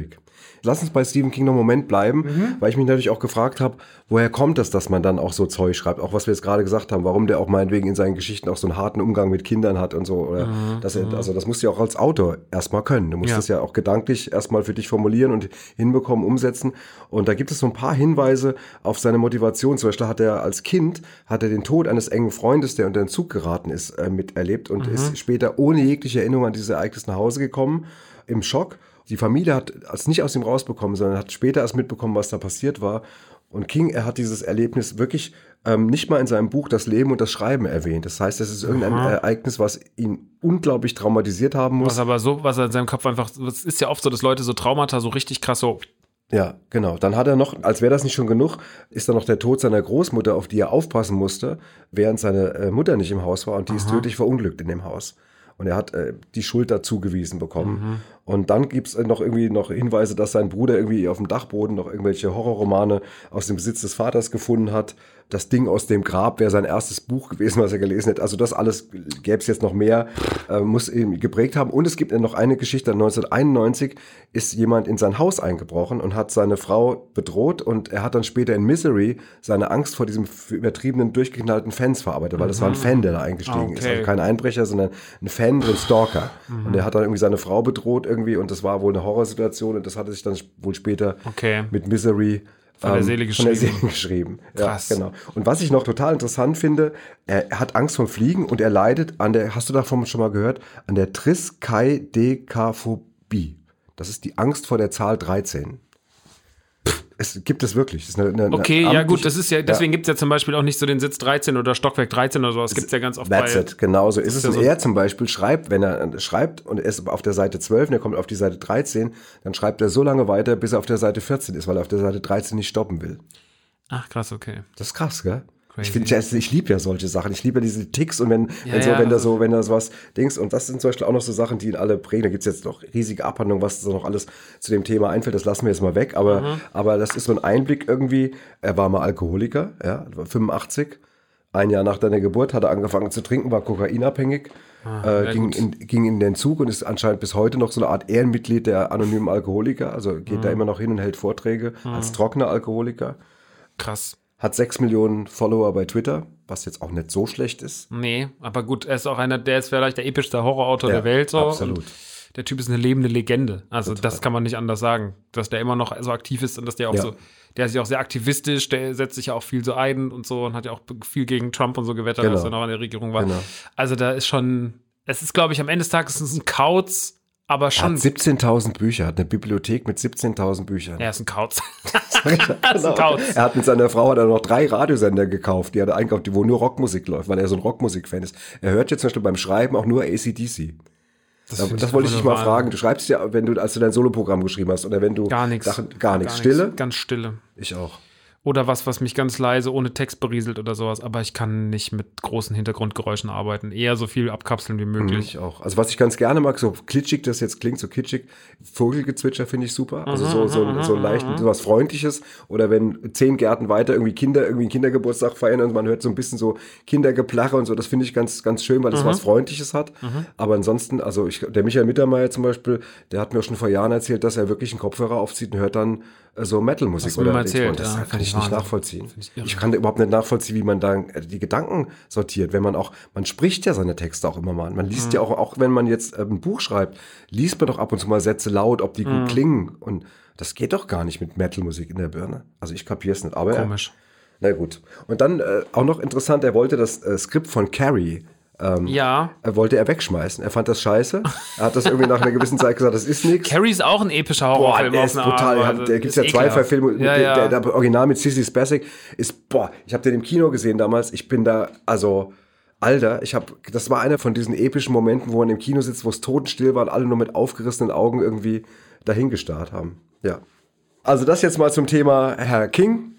Lass uns bei Stephen King noch einen Moment bleiben, weil ich mich natürlich auch gefragt habe, woher kommt das, dass man dann auch so Zeug schreibt? Auch was wir jetzt gerade gesagt haben, warum der auch meinetwegen in seinen Geschichten auch so einen harten Umgang mit Kindern hat und so. Oder also das musst du ja auch als Autor erstmal können. Du musst das ja auch gedanklich erstmal für dich formulieren und hinbekommen, umsetzen. Und da gibt es so ein paar Hinweise auf seine Motivation. Zum Beispiel hat er als Kind den Tod eines engen Freundes, der unter den Zug geraten ist, miterlebt und ist später ohne jegliche Erinnerung an dieses Ereignis nach Hause gekommen, im Schock. Die Familie hat es nicht aus ihm rausbekommen, sondern hat später erst mitbekommen, was da passiert war. Und King, er hat dieses Erlebnis wirklich nicht mal in seinem Buch Das Leben und das Schreiben erwähnt. Das heißt, es ist irgendein Ereignis, was ihn unglaublich traumatisiert haben muss. Was er in seinem Kopf einfach, es ist ja oft so, dass Leute so Traumata so richtig krass so... Ja, genau. Dann hat er noch, als wäre das nicht schon genug, ist dann noch der Tod seiner Großmutter, auf die er aufpassen musste, während seine Mutter nicht im Haus war und die ist tödlich verunglückt in dem Haus. Und er hat die Schuld dazu gewiesen bekommen. Und dann gibt es noch Hinweise, dass sein Bruder irgendwie auf dem Dachboden noch irgendwelche Horrorromane aus dem Besitz des Vaters gefunden hat. Das Ding aus dem Grab wäre sein erstes Buch gewesen, was er gelesen hat. Also das alles gäbe es jetzt noch mehr, muss ihn geprägt haben. Und es gibt noch eine Geschichte. 1991 ist jemand in sein Haus eingebrochen und hat seine Frau bedroht. Und er hat dann später in Misery seine Angst vor diesem übertriebenen, durchgeknallten Fans verarbeitet. Weil das war ein Fan, der da eingestiegen ist. Also kein Einbrecher, sondern ein Fan, ein Stalker. Und er hat dann irgendwie seine Frau bedroht irgendwie. Und das war wohl eine Horrorsituation. Und das hatte sich dann wohl später mit Misery von der Seele geschrieben. Krass. Ja, genau. Und was ich noch total interessant finde, er hat Angst vom Fliegen und er leidet hast du davon schon mal gehört, an der Triskaidekaphobie. Das ist die Angst vor der Zahl 13. Es gibt es wirklich. Das ist ja gut, das ist ja, deswegen gibt es ja zum Beispiel auch nicht so den Sitz 13 oder Stockwerk 13 oder so. Das gibt es ja ganz oft bei... Genau so ist es. Und er zum Beispiel schreibt, wenn er schreibt und er ist auf der Seite 12 und er kommt auf die Seite 13, dann schreibt er so lange weiter, bis er auf der Seite 14 ist, weil er auf der Seite 13 nicht stoppen will. Ach, krass, okay. Das ist krass, gell? Ich liebe ja solche Sachen. Ich liebe ja diese Ticks und wenn da sowas Dings. Und das sind zum Beispiel auch noch so Sachen, die ihn alle prägen. Da gibt es jetzt noch riesige Abhandlungen, was da noch alles zu dem Thema einfällt. Das lassen wir jetzt mal weg. Aber das ist so ein Einblick irgendwie. Er war mal Alkoholiker, ja, 85. Ein Jahr nach deiner Geburt hat er angefangen zu trinken, war kokainabhängig, ging in den Zug und ist anscheinend bis heute noch so eine Art Ehrenmitglied der anonymen Alkoholiker. Also geht da immer noch hin und hält Vorträge als trockener Alkoholiker. Krass. Hat 6 Millionen Follower bei Twitter, was jetzt auch nicht so schlecht ist. Nee, aber gut, er ist auch der ist vielleicht der epischste Horrorautor der Welt. So. Absolut. Und der Typ ist eine lebende Legende. Also das kann man nicht anders sagen, dass der immer noch so aktiv ist und dass der auch der ist ja auch sehr aktivistisch, der setzt sich ja auch viel so ein und so und hat ja auch viel gegen Trump und so gewettert, als er noch in der Regierung war. Genau. Also da ist schon, es ist, glaube ich, am Ende des Tages ein Kauz, aber schon. Er hat 17.000 Bücher, hat eine Bibliothek mit 17.000 Büchern. Er ist ein Kauz. Genau. Er hat mit seiner Frau noch 3 Radiosender gekauft, die hat er einkauft, wo nur Rockmusik läuft, weil er so ein Rockmusik-Fan ist. Er hört jetzt zum Beispiel beim Schreiben auch nur AC/DC. Das wollte ich dich mal fragen. Du schreibst ja, als du dein Soloprogramm geschrieben hast oder wenn du gar nichts. Stille? Ganz stille. Ich auch. Oder was mich ganz leise ohne Text berieselt oder sowas. Aber ich kann nicht mit großen Hintergrundgeräuschen arbeiten. Eher so viel abkapseln wie möglich. Ich auch. Also was ich ganz gerne mag, so klitschig, das jetzt klingt, so kitschig, Vogelgezwitscher finde ich super. Also so leicht, so was Freundliches. Oder wenn 10 Gärten weiter irgendwie einen Kindergeburtstag feiern und man hört so ein bisschen so Kindergeplache und so. Das finde ich ganz, ganz schön, weil das was Freundliches hat. Aber ansonsten, also der Michael Mittermeier zum Beispiel, der hat mir schon vor Jahren erzählt, dass er wirklich einen Kopfhörer aufzieht und hört dann so Metal-Musik. Hast du mir mal erzählt, das kann ich nicht nachvollziehen. Ich kann überhaupt nicht nachvollziehen, wie man da die Gedanken sortiert. Wenn man spricht ja seine Texte auch immer mal. Man liest ja auch wenn man jetzt ein Buch schreibt, liest man doch ab und zu mal Sätze laut, ob die gut klingen. Und das geht doch gar nicht mit Metal-Musik in der Birne. Also ich kapiere es nicht. Aber komisch. Na gut. Und dann auch noch interessant, er wollte das Skript von Carrie wollte er wegschmeißen. Er fand das scheiße. Er hat das irgendwie nach einer gewissen Zeit gesagt, das ist nichts. Carrie ist auch ein epischer Horrorfilm. Der ist brutal. Also, da gibt es ja 2 Verfilmungen. Der Original mit Sissy Spacek ist, ich habe den im Kino gesehen damals. Ich bin da, also, Alter, das war einer von diesen epischen Momenten, wo man im Kino sitzt, wo es totenstill war und alle nur mit aufgerissenen Augen irgendwie dahingestarrt haben. Ja. Also das jetzt mal zum Thema Herr King.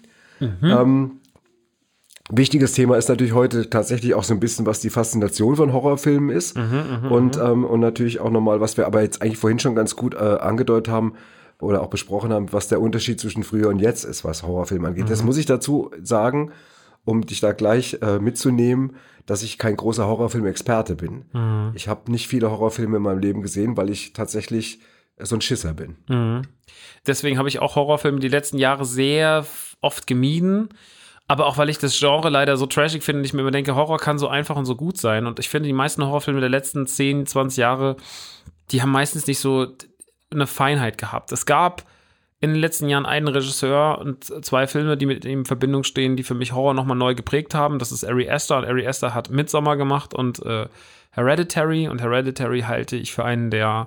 Wichtiges Thema ist natürlich heute tatsächlich auch so ein bisschen, was die Faszination von Horrorfilmen ist. Und natürlich auch nochmal, was wir aber jetzt eigentlich vorhin schon ganz gut angedeutet haben oder auch besprochen haben, was der Unterschied zwischen früher und jetzt ist, was Horrorfilme angeht. Das muss ich dazu sagen, um dich da gleich mitzunehmen, dass ich kein großer Horrorfilm-Experte bin. Ich habe nicht viele Horrorfilme in meinem Leben gesehen, weil ich tatsächlich so ein Schisser bin. Deswegen habe ich auch Horrorfilme die letzten Jahre sehr oft gemieden. Aber auch, weil ich das Genre leider so trashig finde und ich mir immer denke, Horror kann so einfach und so gut sein. Und ich finde, die meisten Horrorfilme der letzten 10, 20 Jahre, die haben meistens nicht so eine Feinheit gehabt. Es gab in den letzten Jahren einen Regisseur und 2 Filme, die mit ihm in Verbindung stehen, die für mich Horror nochmal neu geprägt haben. Das ist Ari Aster. Und Ari Aster hat Midsommar gemacht und Hereditary. Und Hereditary halte ich für einen der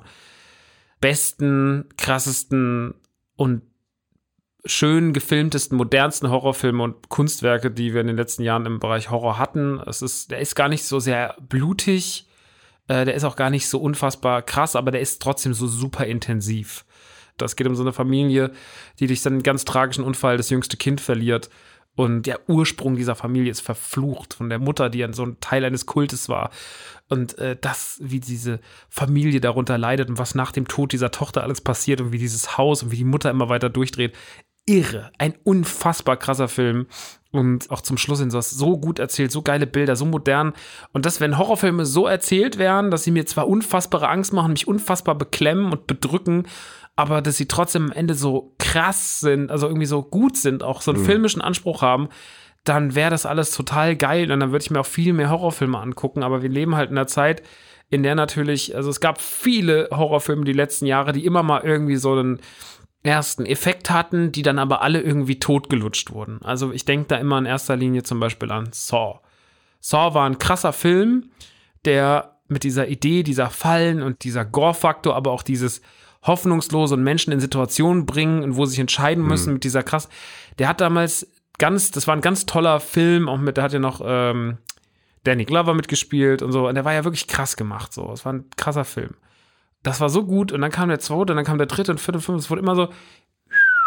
besten, krassesten und schön gefilmtesten, modernsten Horrorfilme und Kunstwerke, die wir in den letzten Jahren im Bereich Horror hatten. Der ist gar nicht so sehr blutig, der ist auch gar nicht so unfassbar krass, aber der ist trotzdem so super intensiv. Das geht um so eine Familie, die durch einen ganz tragischen Unfall das jüngste Kind verliert. Und der Ursprung dieser Familie ist verflucht von der Mutter, die so ein Teil eines Kultes war. Und wie diese Familie darunter leidet und was nach dem Tod dieser Tochter alles passiert und wie dieses Haus und wie die Mutter immer weiter durchdreht. Irre. Ein unfassbar krasser Film. Und auch zum Schluss sind das so gut erzählt, so geile Bilder, so modern. Und wenn Horrorfilme so erzählt werden, dass sie mir zwar unfassbare Angst machen, mich unfassbar beklemmen und bedrücken, aber dass sie trotzdem am Ende so krass sind, also irgendwie so gut sind, auch so einen filmischen Anspruch haben, dann wäre das alles total geil und dann würde ich mir auch viel mehr Horrorfilme angucken. Aber wir leben halt in einer Zeit, in der natürlich, also es gab viele Horrorfilme die letzten Jahre, die immer mal irgendwie so einen ersten Effekt hatten, die dann aber alle irgendwie totgelutscht wurden. Also ich denke da immer in erster Linie zum Beispiel an Saw. Saw war ein krasser Film, der mit dieser Idee, dieser Fallen und dieser Gore-Faktor, aber auch dieses hoffnungslose und Menschen in Situationen bringen und wo sie sich entscheiden müssen mit dieser der hat damals das war ein ganz toller Film, auch da hat ja noch Danny Glover mitgespielt und so, und der war ja wirklich krass gemacht, so. Es war ein krasser Film. Das war so gut und dann kam der 2. und dann kam der 3. und 4. und 5. Es wurde immer so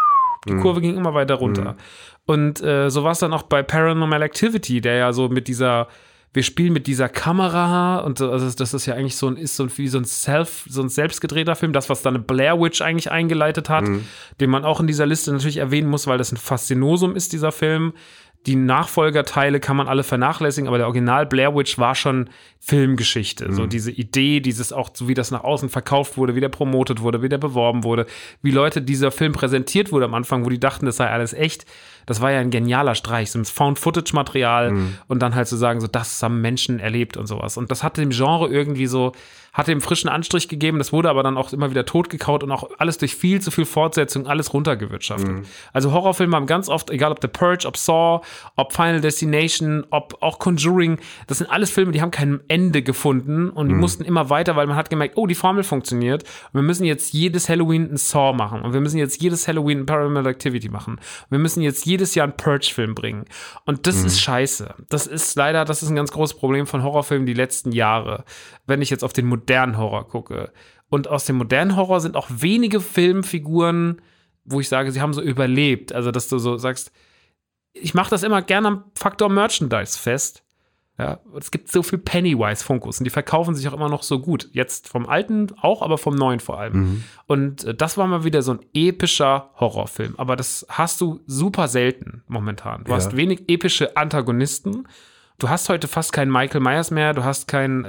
Die Kurve ging immer weiter runter. Und so war es dann auch bei Paranormal Activity, der ja so mit dieser, wir spielen mit dieser Kamera und also das ist ja eigentlich wie so ein selbstgedrehter Film, das, was dann Blair Witch eigentlich eingeleitet hat, den man auch in dieser Liste natürlich erwähnen muss, weil das ein Faszinosum ist, dieser Film. Die Nachfolgerteile kann man alle vernachlässigen, aber der Original Blair Witch war schon Filmgeschichte. So diese Idee, dieses auch, so wie das nach außen verkauft wurde, wie der promotet wurde, wie der beworben wurde, wie Leute dieser Film präsentiert wurde am Anfang, wo die dachten, das sei alles echt. Das war ja ein genialer Streich, so ein Found-Footage-Material und dann halt zu sagen, so, das haben Menschen erlebt und sowas. Und das hat dem Genre irgendwie so, hat dem frischen Anstrich gegeben, das wurde aber dann auch immer wieder totgekaut und auch alles durch viel zu viel Fortsetzung, alles runtergewirtschaftet. Also Horrorfilme haben ganz oft, egal ob The Purge, ob Saw, ob Final Destination, ob auch Conjuring, das sind alles Filme, die haben kein Ende gefunden und die mussten immer weiter, weil man hat gemerkt, oh, die Formel funktioniert und wir müssen jetzt jedes Halloween ein Saw machen und wir müssen jetzt jedes Halloween ein Paranormal Activity machen. Und wir müssen jetzt jedes Jahr einen Purge-Film bringen. Und das ist scheiße. Das ist ein ganz großes Problem von Horrorfilmen die letzten Jahre, wenn ich jetzt auf den modernen Horror gucke. Und aus dem modernen Horror sind auch wenige Filmfiguren, wo ich sage, sie haben so überlebt. Also, dass du so sagst, ich mache das immer gerne am Faktor Merchandise fest. Ja, es gibt so viel Pennywise-Funkos und die verkaufen sich auch immer noch so gut. Jetzt vom alten auch, aber vom neuen vor allem. Und das war mal wieder so ein epischer Horrorfilm. Aber das hast du super selten momentan. Du hast wenig epische Antagonisten. Du hast heute fast keinen Michael Myers mehr. Du hast keinen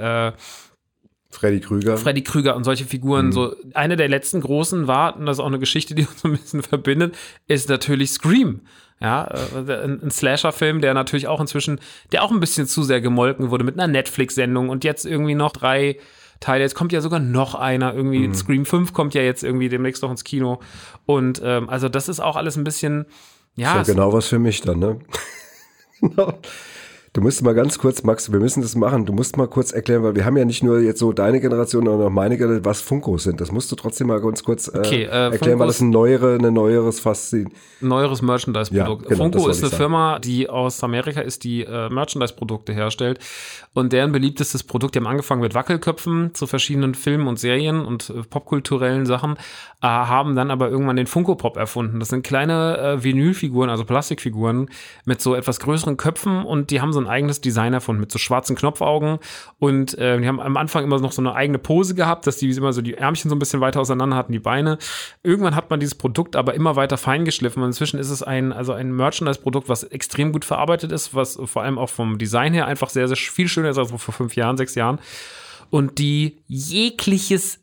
Freddy Krüger und solche Figuren. So eine der letzten großen war, und das ist auch eine Geschichte, die uns so ein bisschen verbindet, ist natürlich Scream. Ja, ein Slasher-Film, der natürlich auch inzwischen, der auch ein bisschen zu sehr gemolken wurde mit einer Netflix-Sendung und jetzt irgendwie noch 3 Teile. Jetzt kommt ja sogar noch einer, irgendwie Scream 5 kommt ja jetzt irgendwie demnächst noch ins Kino. Und also das ist auch alles ein bisschen, ja. Ist ja genau was für mich dann, ne? Genau. Du musst mal ganz kurz, Max, wir müssen das machen, du musst mal kurz erklären, weil wir haben ja nicht nur jetzt so deine Generation, sondern auch meine Generation, was Funkos sind. Das musst du trotzdem mal ganz kurz erklären, Funkos, weil das ein neueres Faszin. Neueres Merchandise-Produkt. Ja, genau, Funko ist eine Firma, die aus Amerika ist, die Merchandise-Produkte herstellt. Und deren beliebtestes Produkt, die haben angefangen mit Wackelköpfen zu verschiedenen Filmen und Serien und popkulturellen Sachen, haben dann aber irgendwann den Funko-Pop erfunden. Das sind kleine Vinylfiguren, also Plastikfiguren mit so etwas größeren Köpfen und die haben so ein eigenes Design erfunden mit so schwarzen Knopfaugen und die haben am Anfang immer noch so eine eigene Pose gehabt, dass die immer so die Ärmchen so ein bisschen weiter auseinander hatten, die Beine. Irgendwann hat man dieses Produkt aber immer weiter feingeschliffen und inzwischen ist es ein Merchandise-Produkt, was extrem gut verarbeitet ist, was vor allem auch vom Design her einfach sehr, sehr viel schöner ist als vor 5 Jahren, 6 Jahren und die jegliches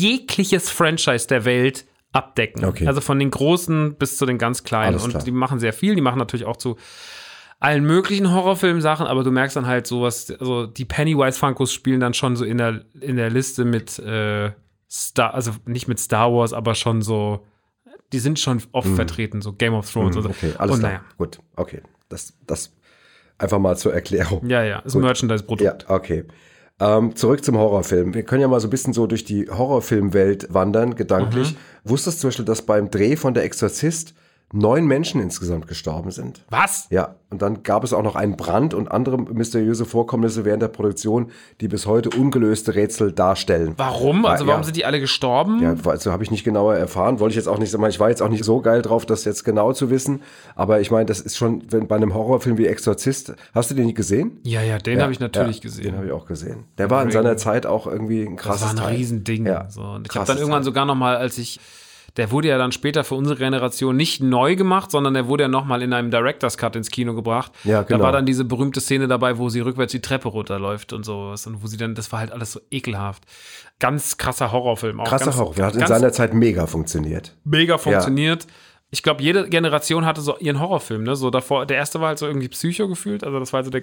Franchise der Welt abdecken. Okay. Also von den Großen bis zu den ganz Kleinen. Alles klar. Und die machen sehr viel, die machen natürlich auch zu allen möglichen Horrorfilm-Sachen, aber du merkst dann halt sowas, also die Pennywise-Funkos spielen dann schon so in der Liste mit also nicht mit Star Wars, aber schon so, die sind schon oft vertreten, so Game of Thrones und so. Okay, alles klar. Gut, okay. Das einfach mal zur Erklärung. Ja, ist ein Merchandise-Produkt. Ja, okay. Zurück zum Horrorfilm. Wir können ja mal so ein bisschen so durch die Horrorfilmwelt wandern, gedanklich. Wusstest du zum Beispiel, dass beim Dreh von Der Exorzist 9 Menschen insgesamt gestorben sind? Was? Ja, und dann gab es auch noch einen Brand und andere mysteriöse Vorkommnisse während der Produktion, die bis heute ungelöste Rätsel darstellen. Warum? Also warum sind die alle gestorben? Ja, also habe ich nicht genauer erfahren. Wollte ich jetzt auch nicht sagen. Ich war jetzt auch nicht so geil drauf, das jetzt genau zu wissen. Aber ich meine, das ist schon, wenn bei einem Horrorfilm wie Exorzist, hast du den nicht gesehen? Ja, den habe ich natürlich gesehen. Den habe ich auch gesehen. Der war in seiner Zeit auch irgendwie ein krasses Teil. Das war ein Riesending. Ja, so. Und ich habe dann irgendwann sogar noch mal, der wurde ja dann später für unsere Generation nicht neu gemacht, sondern der wurde ja nochmal in einem Director's Cut ins Kino gebracht. Ja, genau. Da war dann diese berühmte Szene dabei, wo sie rückwärts die Treppe runterläuft und sowas. Und wo sie dann, das war halt alles so ekelhaft. Ganz krasser Horrorfilm. Krasser Horrorfilm. Hat in seiner Zeit mega funktioniert. Mega funktioniert. Ja. Ich glaube, jede Generation hatte so ihren Horrorfilm, ne? So davor, der erste war halt so irgendwie Psycho gefühlt. Also das war also der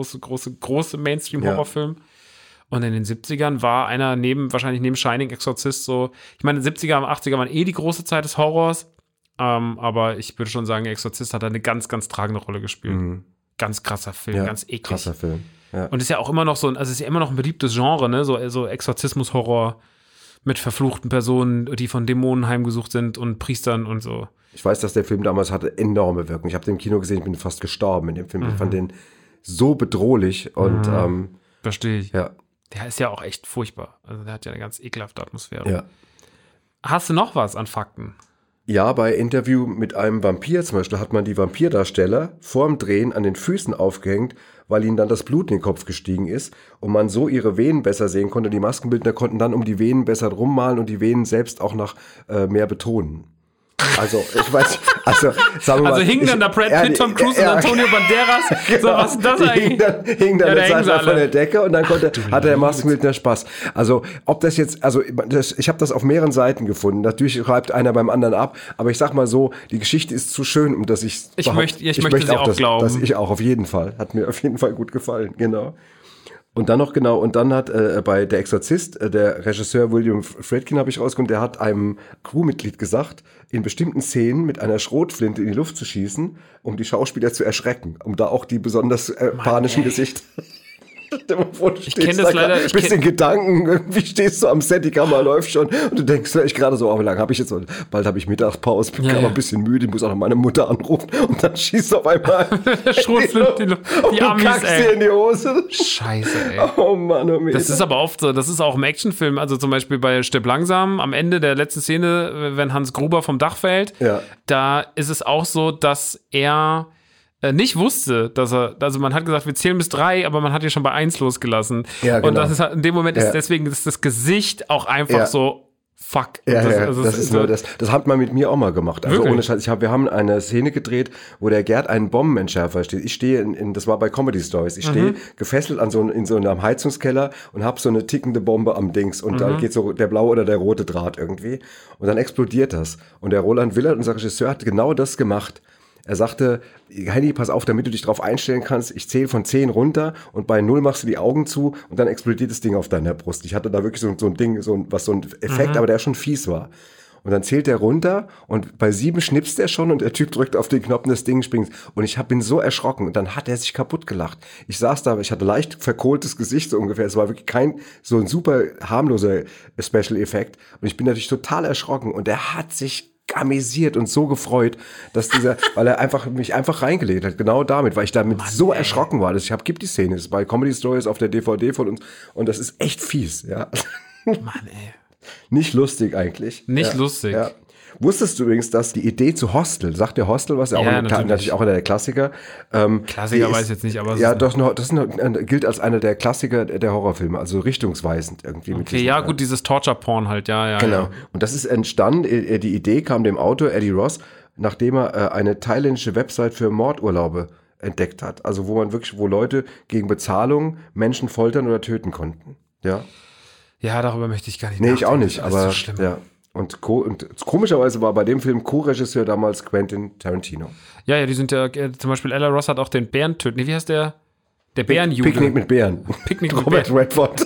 große Mainstream-Horrorfilm. Ja. Und in den 70ern war einer wahrscheinlich neben Shining, Exorzist so, ich meine, 70er und 80er waren die große Zeit des Horrors, aber ich würde schon sagen, Exorzist hat da eine ganz, ganz tragende Rolle gespielt. Ganz krasser Film, ganz eklig. Krasser Film, ja. Und ist ja auch immer noch ist ja immer noch ein beliebtes Genre, ne, so Exorzismus-Horror mit verfluchten Personen, die von Dämonen heimgesucht sind und Priestern und so. Ich weiß, dass der Film damals hatte enorme Wirkung. Ich habe den im Kino gesehen, ich bin fast gestorben in dem Film. Ich fand den so bedrohlich und verstehe ich. Ja. Der ist ja auch echt furchtbar. Also der hat ja eine ganz ekelhafte Atmosphäre. Ja. Hast du noch was an Fakten? Ja, bei Interview mit einem Vampir zum Beispiel hat man die Vampirdarsteller vorm Drehen an den Füßen aufgehängt, weil ihnen dann das Blut in den Kopf gestiegen ist und man so ihre Venen besser sehen konnte. Die Maskenbildner konnten dann um die Venen besser rummalen und die Venen selbst auch noch mehr betonen. Also, ich weiß, sagen wir mal. Also hingen dann da Brad Pitt, Tom Cruise und Antonio Banderas? Genau, so, was ist das eigentlich? Hingen dann eine Zeit von der Decke und dann hatte der Maskenbildner Spaß. Also, ob das jetzt, ich habe das auf mehreren Seiten gefunden. Natürlich schreibt einer beim anderen ab, aber ich sag mal so, die Geschichte ist zu schön, um dass ich möchte sie auch glauben. Dass ich auch auf jeden Fall. Hat mir auf jeden Fall gut gefallen, genau. Und dann hat bei Der Exorzist, der Regisseur William Friedkin, habe ich rausgefunden, der hat einem Crewmitglied gesagt, in bestimmten Szenen mit einer Schrotflinte in die Luft zu schießen, um die Schauspieler zu erschrecken, um da auch die besonders panischen Gesichter. Ich kenne das leider. Bist in Gedanken, irgendwie stehst du am Set, die Kamera läuft schon und du denkst vielleicht gerade so, wie lange habe ich jetzt? Bald habe ich Mittagspause, bin aber ein bisschen müde, ich muss auch noch meine Mutter anrufen und dann schießt auf einmal Schrotflinte die Amis, dir in die Hose. Scheiße, ey. Oh Mann, oh Mann. Das ist aber oft so, das ist auch im Actionfilm, also zum Beispiel bei Stirb langsam, am Ende der letzten Szene, wenn Hans Gruber vom Dach fällt, da ist es auch so, dass er nicht wusste, also man hat gesagt, wir zählen bis 3, aber man hat ja schon bei 1 losgelassen. Ja, genau. Und das ist halt, in dem Moment deswegen ist das Gesicht auch einfach so, fuck. Das hat man mit mir auch mal gemacht. Also ohne Scheiß, wir haben eine Szene gedreht, wo der Gerd einen Bombenentschärfer steht. Ich stehe das war bei Comedy Stories, ich stehe gefesselt in so einem Heizungskeller und habe so eine tickende Bombe am Dings und dann geht so der blaue oder der rote Draht irgendwie und dann explodiert das. Und der Roland Willert, unser Regisseur, hat genau das gemacht. Er sagte, Henny, pass auf, damit du dich drauf einstellen kannst, ich zähle von 10 runter und bei 0 machst du die Augen zu und dann explodiert das Ding auf deiner Brust. Ich hatte da wirklich so ein Ding, so ein Effekt, aber der schon fies war. Und dann zählt er runter und bei 7 schnipst er schon und der Typ drückt auf den Knopf und das Ding springt. Und bin so erschrocken und dann hat er sich kaputt gelacht. Ich saß da, ich hatte leicht verkohltes Gesicht so ungefähr. Es war wirklich so ein super harmloser Special-Effekt. Und ich bin natürlich total erschrocken und er hat sich amüsiert und so gefreut, dass weil er mich einfach reingelegt hat, genau damit, weil ich damit erschrocken war. Gibt die Szene, das ist bei Comedy Stories auf der DVD von uns und das ist echt fies, ja. Mann, ey. Nicht lustig eigentlich. Nicht lustig. Ja. Wusstest du übrigens, dass die Idee zu Hostel, sagt der Hostel was? Natürlich auch einer der Klassiker. Klassiker weiß ich jetzt nicht, aber... das gilt als einer der Klassiker der Horrorfilme, also richtungsweisend irgendwie. Okay, gut, dieses Torture-Porn halt, ja. Genau, ja. Und das ist entstanden, die Idee kam dem Autor Eddie Ross, nachdem er eine thailändische Website für Mordurlaube entdeckt hat. Also wo Leute gegen Bezahlung Menschen foltern oder töten konnten. Ja. Ja, darüber möchte ich gar nicht nachdenken. Nee, ich auch nicht, aber so schlimm. Ja. Und komischerweise war bei dem Film Co-Regisseur damals Quentin Tarantino. Ja, die sind ja, zum Beispiel Ella Ross hat auch den Bären töten. Nee, wie heißt der? Der Bärenjude. Picknick mit Bären. Robert Redford.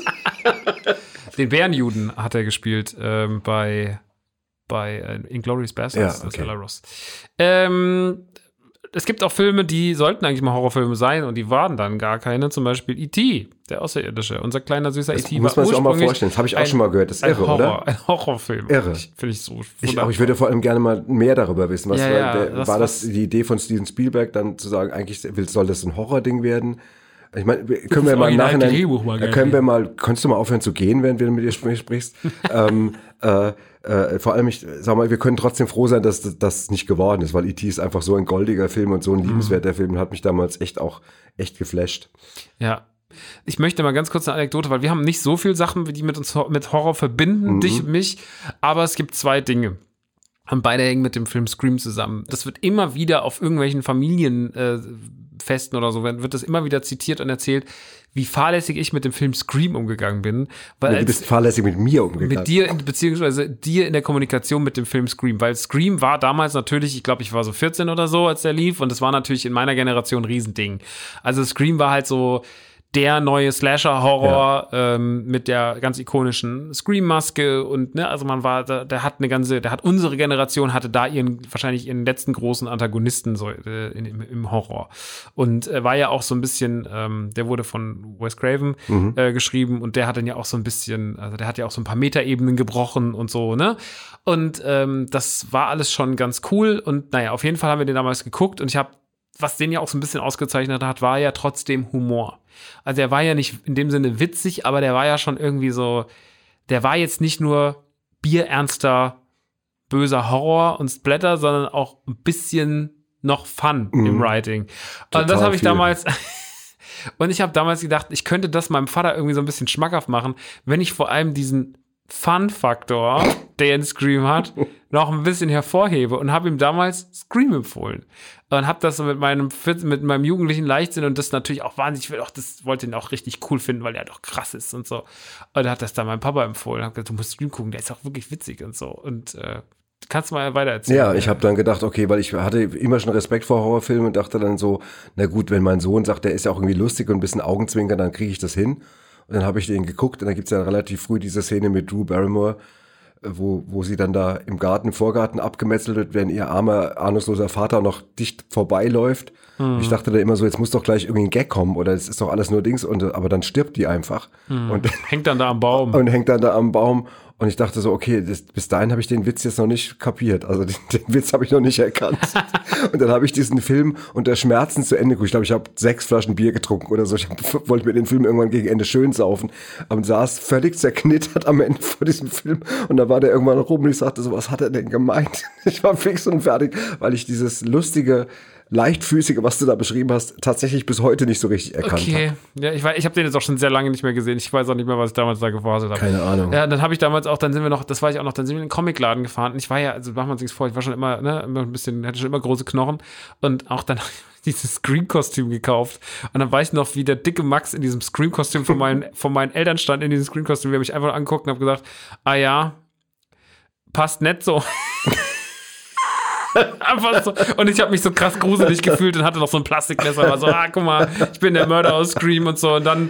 Den Bärenjuden hat er gespielt bei Inglourious Basterds, ja, okay. Das Ella Ross. Es gibt auch Filme, die sollten eigentlich mal Horrorfilme sein und die waren dann gar keine. Zum Beispiel E.T., der Außerirdische. Unser kleiner, süßer E.T. war muss man sich auch mal vorstellen. Das habe ich auch schon mal gehört. Das ist irre, oder? Ein Horrorfilm. Irre. Finde ich so wunderbar. Ich würde vor allem gerne mal mehr darüber wissen. War das die Idee von Steven Spielberg, dann zu sagen, eigentlich soll das ein Horror-Ding werden? Ich meine, können wir mal im Nachhinein, kannst du mal aufhören zu gehen, wenn du mit dir sprichst? Vor allem, wir können trotzdem froh sein, dass das nicht geworden ist, weil E.T. ist einfach so ein goldiger Film und so ein liebenswerter Film und hat mich damals echt geflasht. Ja. Ich möchte mal ganz kurz eine Anekdote, weil wir haben nicht so viele Sachen, die mit uns mit Horror verbinden, dich und mich, aber es gibt 2 Dinge. Und beide hängen mit dem Film Scream zusammen. Das wird immer wieder auf irgendwelchen Familienfesten oder so, wird das immer wieder zitiert und erzählt, wie fahrlässig ich mit dem Film Scream umgegangen bin. Weil du bist fahrlässig mit mir umgegangen. Mit dir, beziehungsweise dir in der Kommunikation mit dem Film Scream. Weil Scream war damals natürlich, ich glaube, ich war so 14 oder so, als der lief. Und das war natürlich in meiner Generation ein Riesending. Also Scream war halt so der neue Slasher-Horror mit der ganz ikonischen Scream-Maske und also unsere Generation hatte da wahrscheinlich ihren letzten großen Antagonisten so im Horror und war ja auch so ein bisschen, der wurde von Wes Craven geschrieben und der hat dann ja auch so ein bisschen, also der hat ja auch so ein paar Metaebenen gebrochen und so, ne? Und das war alles schon ganz cool und naja, auf jeden Fall haben wir den damals geguckt und was den ja auch so ein bisschen ausgezeichnet hat, war ja trotzdem Humor. Also er war ja nicht in dem Sinne witzig, aber der war ja schon irgendwie so, der war jetzt nicht nur bierernster böser Horror und Splatter, sondern auch ein bisschen noch Fun im Writing. Und das habe ich damals... Und ich habe damals gedacht, ich könnte das meinem Vater irgendwie so ein bisschen schmackhaft machen, wenn ich vor allem diesen Fun-Faktor, der in Scream hat, noch ein bisschen hervorhebe und habe ihm damals Scream empfohlen. Und habe das so mit meinem jugendlichen Leichtsinn und das natürlich auch wahnsinnig, das wollte ihn auch richtig cool finden, weil er doch krass ist und so. Und er hat das dann meinem Papa empfohlen. Hat gesagt, du musst Scream gucken, der ist auch wirklich witzig und so. Und kannst du mal weiter erzählen? Ja, ich habe dann gedacht, okay, weil ich hatte immer schon Respekt vor Horrorfilmen und dachte dann so, na gut, wenn mein Sohn sagt, der ist ja auch irgendwie lustig und ein bisschen Augenzwinkern, dann kriege ich das hin. Und dann habe ich den geguckt und da gibt's ja relativ früh diese Szene mit Drew Barrymore, wo sie dann da im Vorgarten abgemetzelt wird, wenn ihr armer, ahnungsloser Vater noch dicht vorbeiläuft. Ich dachte da immer so, jetzt muss doch gleich irgendwie ein Gag kommen oder es ist doch alles nur Dings, aber dann stirbt die einfach. Und hängt dann da am Baum. Und ich dachte so, okay, bis dahin habe ich den Witz jetzt noch nicht kapiert. Also den Witz habe ich noch nicht erkannt. Und dann habe ich diesen Film unter Schmerzen zu Ende geguckt. Ich glaube, ich habe 6 Flaschen Bier getrunken oder so. Ich wollte mir den Film irgendwann gegen Ende schön saufen. Und saß völlig zerknittert am Ende vor diesem Film. Und da war der irgendwann rum und ich sagte so, was hat er denn gemeint? Ich war fix und fertig, weil ich dieses lustige, leichtfüßige, was du da beschrieben hast, tatsächlich bis heute nicht so richtig erkannt habe. Ja, ich habe den jetzt auch schon sehr lange nicht mehr gesehen. Ich weiß auch nicht mehr, was ich damals da gefaselt habe. Keine Ahnung. Ja, dann habe ich damals auch, dann sind wir in den Comicladen gefahren. Und ich war ja, also machen wir uns nichts vor, ich war schon immer, immer ein bisschen, hatte schon immer große Knochen. Und auch dann dieses Scream-Kostüm gekauft. Und dann weiß ich noch, wie der dicke Max in diesem Scream-Kostüm von meinen Eltern stand, in diesem Scream-Kostüm. Wir haben mich einfach angeguckt und habe gesagt, ah ja, passt nicht so. Einfach so. Und ich habe mich so krass gruselig gefühlt und hatte noch so ein Plastikmesser. War so, guck mal, ich bin der Mörder aus Scream und so. Und dann,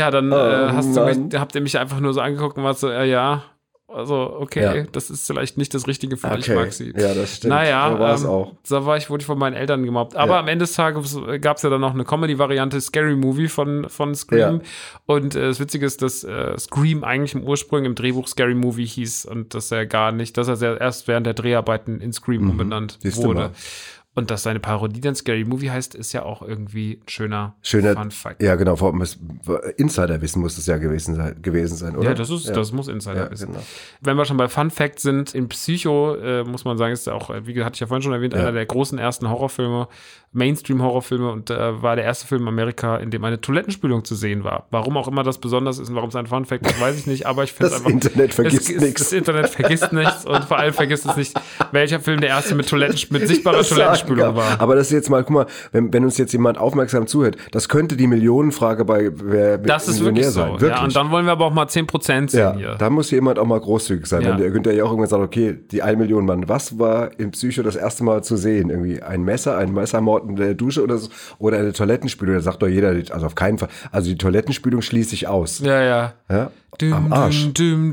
habt ihr mich einfach nur so angeguckt und war so, ja. Also, okay, das ist vielleicht nicht das Richtige für dich, Maxi. Ja, das stimmt. Naja, so war es auch. Da wurde ich von meinen Eltern gemobbt. Aber am Ende des Tages gab es ja dann noch eine Comedy-Variante, Scary Movie von Scream. Ja. Und das Witzige ist, dass Scream eigentlich im Ursprung im Drehbuch Scary Movie hieß und dass er erst während der Dreharbeiten in Scream umbenannt wurde. Und dass seine Parodie dann Scary Movie heißt, ist ja auch irgendwie ein schöner Fun-Fact. Ja, genau. Insiderwissen muss es ja gewesen sein, oder? Ja, das muss Insiderwissen. Genau. Wenn wir schon bei Fun-Fact sind, in Psycho, muss man sagen, ist ja auch, wie hatte ich ja vorhin schon erwähnt, einer der großen ersten Horrorfilme, Mainstream-Horrorfilme und war der erste Film in Amerika, in dem eine Toilettenspülung zu sehen war. Warum auch immer das besonders ist und warum es ein Fun-Fact ist, weiß ich nicht, aber ich finde es einfach... Das Internet vergisst nichts. Das Internet vergisst nichts und vor allem vergisst es nicht, welcher Film der erste mit sichtbarer Toilettenspülung war. Aber das ist jetzt mal, guck mal, wenn uns jetzt jemand aufmerksam zuhört, das könnte die Millionenfrage bei Wer das ist wirklich so. Sein. Wirklich. Ja, und dann wollen wir aber auch mal 10% sehen hier. Da muss jemand auch mal großzügig sein. Wenn der Günther ja auch irgendwann sagt, okay, die 1 Million Mann, was war im Psycho das erste Mal zu sehen? Irgendwie ein Messermord in der Dusche oder so, oder eine Toilettenspülung? Da sagt doch jeder, also auf keinen Fall. Also die Toilettenspülung schließe ich aus. Ja. Am Arsch.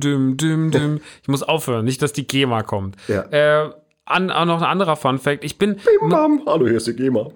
Ich muss aufhören, nicht, dass die GEMA kommt. Ja. Auch noch ein anderer Fun-Fact. Hallo, hier ist die GEMA.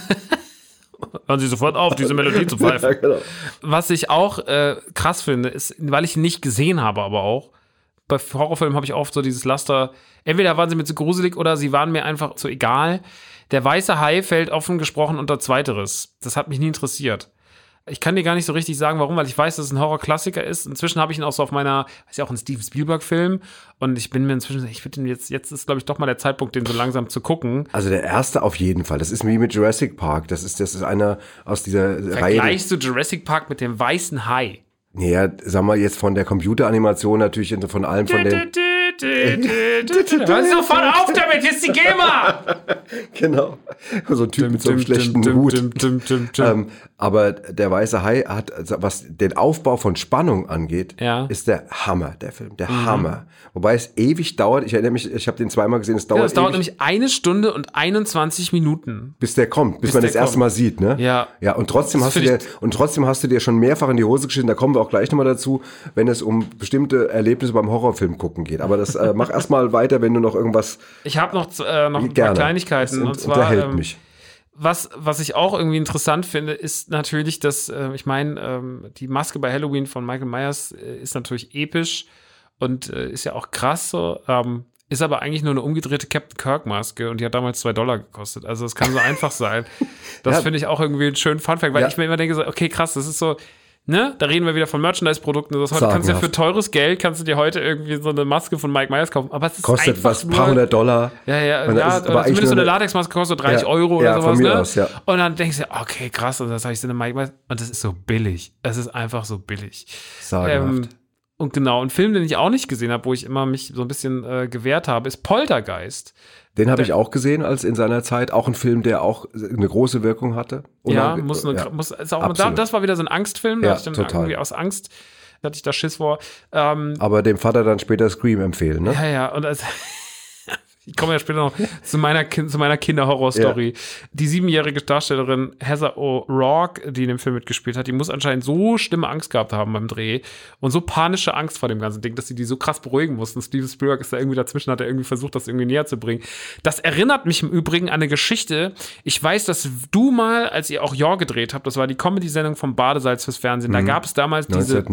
Hören Sie sofort auf, diese Melodie zu pfeifen. Ja, genau. Was ich auch krass finde, ist, weil ich ihn nicht gesehen habe, aber auch, bei Horrorfilmen habe ich oft so dieses Laster, entweder waren sie mir zu gruselig oder sie waren mir einfach zu egal. Der weiße Hai fällt offen gesprochen unter Zweiteres. Das hat mich nie interessiert. Ich kann dir gar nicht so richtig sagen, warum, weil ich weiß, dass es ein Horrorklassiker ist. Inzwischen habe ich ihn auch so auf meiner, ist ja auch ein Steven Spielberg-Film. Und ich bin mir inzwischen, ich würde ihn jetzt ist, glaube ich, doch mal der Zeitpunkt, den so langsam zu gucken. Also der erste auf jeden Fall. Das ist wie mit Jurassic Park. Das ist einer aus dieser Reihe. Vergleichst du Jurassic Park mit dem weißen Hai? Ja, sag mal jetzt von der Computeranimation natürlich, von allem von den... Hör sofort auf damit, hier ist die GEMA! Genau. So ein Typ mit so einem schlechten Hut. Aber der weiße Hai hat, was den Aufbau von Spannung angeht, ist der Hammer, der Film. Der Hammer. Wobei es ewig dauert. Ich erinnere mich, ich habe den zweimal gesehen, es dauert nämlich 1 Stunde und 21 Minuten. Bis der kommt, bis man das erste Mal sieht, ne? Ja. Ja, und trotzdem hast du dir schon mehrfach in die Hose geschissen, da kommen wir auch gleich nochmal dazu, wenn es um bestimmte Erlebnisse beim Horrorfilm gucken geht. Aber das mach erstmal weiter, wenn du noch irgendwas. Ich habe noch ein paar Kleinigkeiten. Das und zwar unterhält mich. Was ich auch irgendwie interessant finde, ist natürlich, dass, ich meine, die Maske bei Halloween von Michael Myers ist natürlich episch und ist ja auch krass so, ist aber eigentlich nur eine umgedrehte Captain Kirk-Maske und die hat damals $2 gekostet. Also es kann so einfach sein. Das finde ich auch irgendwie einen schönen Funfact, weil ich mir immer denke, so, okay, krass, das ist so, Ne? Da reden wir wieder von Merchandise-Produkten. Heute kannst du für teures Geld, kannst du dir heute irgendwie so eine Maske von Mike Myers kaufen. Aber es ist kostet was, ein paar $100. Ja, aber zumindest so eine Latexmaske kostet 30 Euro oder sowas. Von mir ne? aus, ja. Und dann denkst du, okay, krass, und das habe ich so eine Mike Myers. Und das ist so billig. Es ist einfach so billig. Sagenhaft. Und genau, ein Film, den ich auch nicht gesehen habe, wo ich immer mich so ein bisschen gewehrt habe, ist Poltergeist. Den habe ich auch gesehen als in seiner Zeit. Auch ein Film, der auch eine große Wirkung hatte. Ist auch, das war wieder so ein Angstfilm. Da hatte ich dann irgendwie aus Angst, da hatte ich da Schiss vor. Aber dem Vater dann später Scream empfehlen, ne? Ja, und ich komme ja später noch zu meiner Kinder-Horror-Story. Ja. Die 7-jährige Darstellerin Heather O'Rourke, die in dem Film mitgespielt hat, die muss anscheinend so schlimme Angst gehabt haben beim Dreh und so panische Angst vor dem ganzen Ding, dass sie die so krass beruhigen mussten. Steven Spielberg ist da irgendwie dazwischen, hat er irgendwie versucht, das irgendwie näher zu bringen. Das erinnert mich im Übrigen an eine Geschichte. Ich weiß, dass du mal, als ihr auch Jaw gedreht habt, das war die Comedy-Sendung vom Badesalz fürs Fernsehen, da gab es damals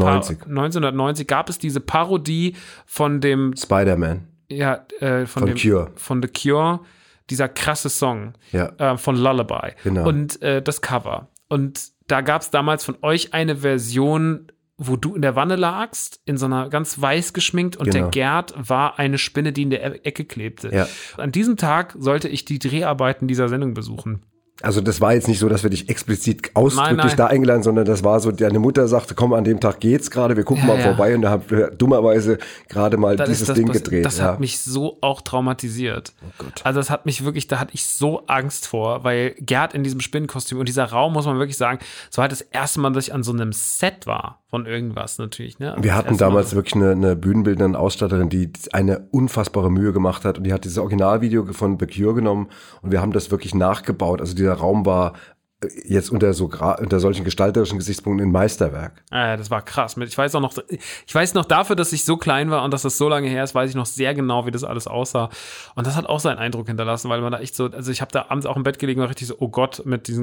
1990 gab es diese Parodie von dem Spider-Man. Ja, von The Cure, dieser krasse Song von Lullaby. Genau. Und das Cover. Und da gab es damals von euch eine Version, wo du in der Wanne lagst, in so einer ganz weiß geschminkt und der Gerd war eine Spinne, die in der Ecke klebte. Ja. An diesem Tag sollte ich die Dreharbeiten dieser Sendung besuchen. Also das war jetzt nicht so, dass wir dich explizit ausdrücklich da eingeladen, sondern das war so, deine Mutter sagte, komm, an dem Tag geht's gerade, wir gucken mal vorbei und da haben wir dummerweise gerade mal dieses Ding gedreht. Das hat mich so auch traumatisiert. Oh Gott. Also das hat mich wirklich, da hatte ich so Angst vor, weil Gerd in diesem Spinnenkostüm und dieser Raum, muss man wirklich sagen, so halt das erste Mal, dass ich an so einem Set war von irgendwas natürlich. Ne? Also wir hatten damals wirklich eine bühnenbildende Ausstatterin, die eine unfassbare Mühe gemacht hat und die hat dieses Originalvideo von The Cure genommen und wir haben das wirklich nachgebaut. Also dieser Raum war jetzt unter solchen gestalterischen Gesichtspunkten ein Meisterwerk. Das war krass. Ich weiß noch dafür, dass ich so klein war und dass das so lange her ist, weiß ich noch sehr genau, wie das alles aussah. Und das hat auch seinen Eindruck hinterlassen, weil man da echt so, also ich habe da abends auch im Bett gelegen und richtig so, oh Gott, mit diesem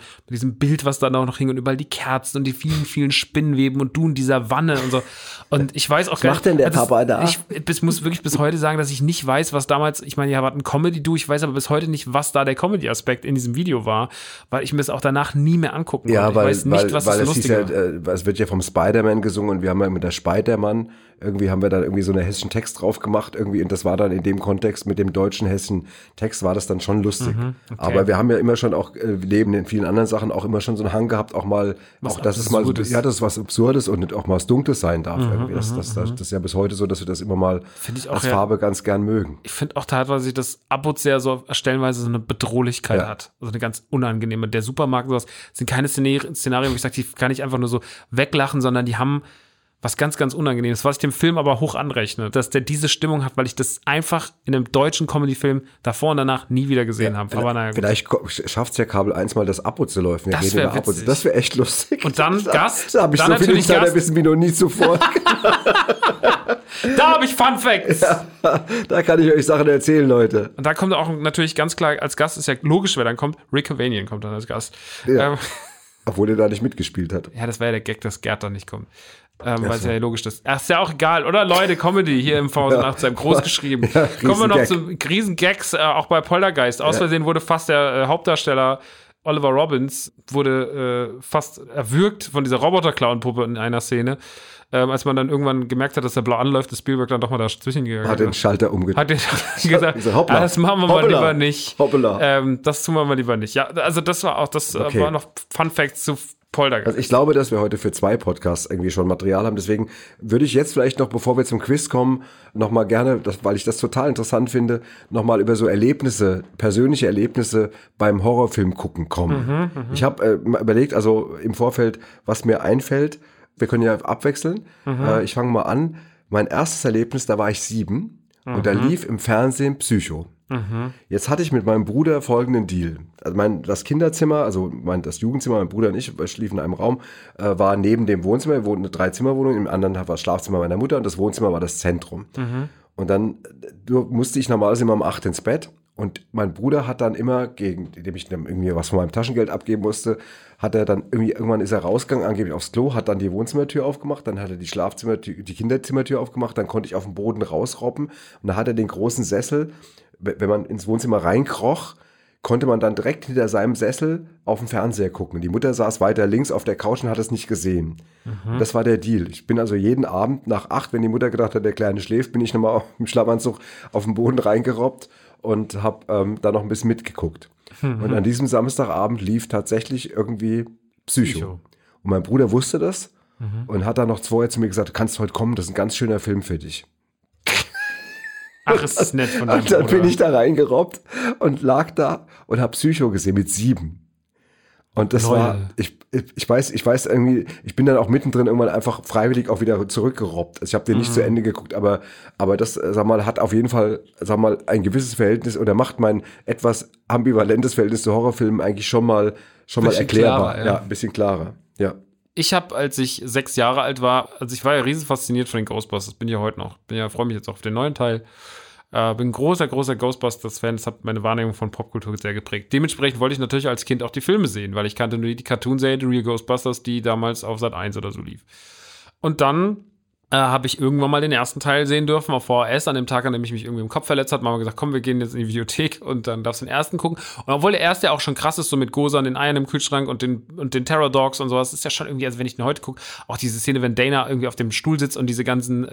Bild, was da noch hing und überall die Kerzen und die vielen, vielen Spinnenweben und du in dieser Wanne und so. Und ich weiß auch gar nicht. Was macht denn der Papa da? Ich muss wirklich bis heute sagen, dass ich nicht weiß, was damals, ich meine, ja, war ein Comedy-Do, ich weiß aber bis heute nicht, was da der Comedy-Aspekt in diesem Video war, weil ich mir das auch danach nie mehr angucken konnte. Ja, weil ich weiß nicht, was das Lustige war. Es wird ja vom Spider-Man gesungen und wir haben ja mit der Spider-Man, irgendwie haben wir da irgendwie so einen hessischen Text drauf gemacht irgendwie und das war dann in dem Kontext mit dem deutschen hessischen Text war das dann schon lustig. Okay. Aber wir haben ja immer schon auch neben in vielen anderen Sachen auch immer schon so einen Hang gehabt, auch mal, auch dass es mal, ja, das ist was Absurdes und auch mal was Dunkles sein darf. Irgendwie. Das ist ja bis heute so, dass wir das immer mal als Farbe ganz gern mögen. Ich finde auch teilweise, dass das Abo sehr so stellenweise so eine Bedrohlichkeit hat. Also eine ganz unangenehme. Der Supermarkt und sowas sind keine Szenarien, wo ich sage, die kann ich einfach nur so weglachen, sondern die haben was ganz, ganz Unangenehmes, was ich dem Film aber hoch anrechne, dass der diese Stimmung hat, weil ich das einfach in einem deutschen Comedy-Film davor und danach nie wieder gesehen habe. Aber naja, vielleicht schafft es ja Kabel 1 mal, das Abo zu laufen. Das wäre witzig. Das wäre echt lustig. Und dann Gast. Da habe ich so viel Insiderwissen wie noch nie zuvor. Da habe ich Fun Facts. Ja, da kann ich euch Sachen erzählen, Leute. Und da kommt auch natürlich ganz klar, als Gast ist ja logisch, wer dann kommt. Rick Cavanian kommt dann als Gast. Ja. Obwohl er da nicht mitgespielt hat. Ja, das war ja der Gag, dass Gerd da nicht kommt. Weil es ja logisch ist. Ist ja auch egal, oder Leute? Comedy hier im V8 groß geschrieben. Ja, kommen wir noch zu Riesengags, auch bei Poltergeist. Aus Versehen wurde fast der Hauptdarsteller Oliver Robbins fast erwürgt von dieser Roboter-Clown-Puppe in einer Szene. Als man dann irgendwann gemerkt hat, dass der blau anläuft, ist Spielberg dann doch mal dazwischen gegangen. Hat den Schalter umgedreht. Hat den gesagt, das machen wir mal lieber nicht. Das tun wir mal lieber nicht. Ja, also das war auch, war noch Fun Facts zu Poltergeist. Also ich glaube, dass wir heute für 2 Podcasts irgendwie schon Material haben. Deswegen würde ich jetzt vielleicht noch, bevor wir zum Quiz kommen, noch mal gerne, weil ich das total interessant finde, noch mal über so persönliche Erlebnisse beim Horrorfilm gucken kommen. Ich habe überlegt, also im Vorfeld, was mir einfällt. Wir können ja abwechseln. Ich fange mal an. Mein erstes Erlebnis, da war ich 7 und da lief im Fernsehen Psycho. Jetzt hatte ich mit meinem Bruder folgenden Deal. Also das Kinderzimmer, also das Jugendzimmer, mein Bruder und ich schliefen in einem Raum, war neben dem Wohnzimmer. Wir wohnten eine 3-Zimmer-Wohnung, im anderen war das Schlafzimmer meiner Mutter und das Wohnzimmer war das Zentrum. Und dann musste ich normalerweise immer um 8 ins Bett. Und mein Bruder hat dann immer, indem ich dann irgendwie was von meinem Taschengeld abgeben musste, hat er dann irgendwann ist er rausgegangen, angeblich aufs Klo, hat dann die Wohnzimmertür aufgemacht, dann hat er die Kinderzimmertür aufgemacht, dann konnte ich auf den Boden rausrobben und dann hat er den großen Sessel, wenn man ins Wohnzimmer reinkroch, konnte man dann direkt hinter seinem Sessel auf dem Fernseher gucken. Die Mutter saß weiter links auf der Couch und hat es nicht gesehen. Und das war der Deal. Ich bin also jeden Abend nach 8, wenn die Mutter gedacht hat, der Kleine schläft, bin ich nochmal im Schlafanzug auf den Boden reingerobbt und habe da noch ein bisschen mitgeguckt. Und an diesem Samstagabend lief tatsächlich irgendwie Psycho. Und mein Bruder wusste das und hat dann noch vorher zu mir gesagt, du kannst heute kommen, das ist ein ganz schöner Film für dich. Ach, ist das nett von deinem Und dann Bruder. bin ich da reingerobbt und lag da und habe Psycho gesehen mit 7. Und das war, ich weiß irgendwie, ich bin dann auch mittendrin irgendwann einfach freiwillig auch wieder zurückgerobbt. Also ich habe den nicht zu Ende geguckt, aber das, sag mal, hat auf jeden Fall, sag mal, ein gewisses Verhältnis oder macht mein etwas ambivalentes Verhältnis zu Horrorfilmen eigentlich schon mal erklärbar. Klarer, ja. Ein bisschen klarer, ja. Ich habe, als ich 6 Jahre alt war, also ich war ja riesen fasziniert von den Ghostbusters, bin ja heute noch. Freue mich jetzt auch auf den neuen Teil. Bin großer Ghostbusters-Fan. Das hat meine Wahrnehmung von Popkultur sehr geprägt. Dementsprechend wollte ich natürlich als Kind auch die Filme sehen, weil ich kannte nur die Cartoon-Serie, die Real Ghostbusters, die damals auf Sat.1 oder so lief. Und dann habe ich irgendwann mal den ersten Teil sehen dürfen auf VHS, an dem Tag, an dem ich mich irgendwie im Kopf verletzt hat. Mama gesagt, komm, wir gehen jetzt in die Videothek und dann darfst du den ersten gucken. Und obwohl der erste ja auch schon krass ist, so mit Goza und den Eiern im Kühlschrank und den Terror Dogs und sowas, ist ja schon irgendwie, also wenn ich den heute gucke, auch diese Szene, wenn Dana irgendwie auf dem Stuhl sitzt und diese ganzen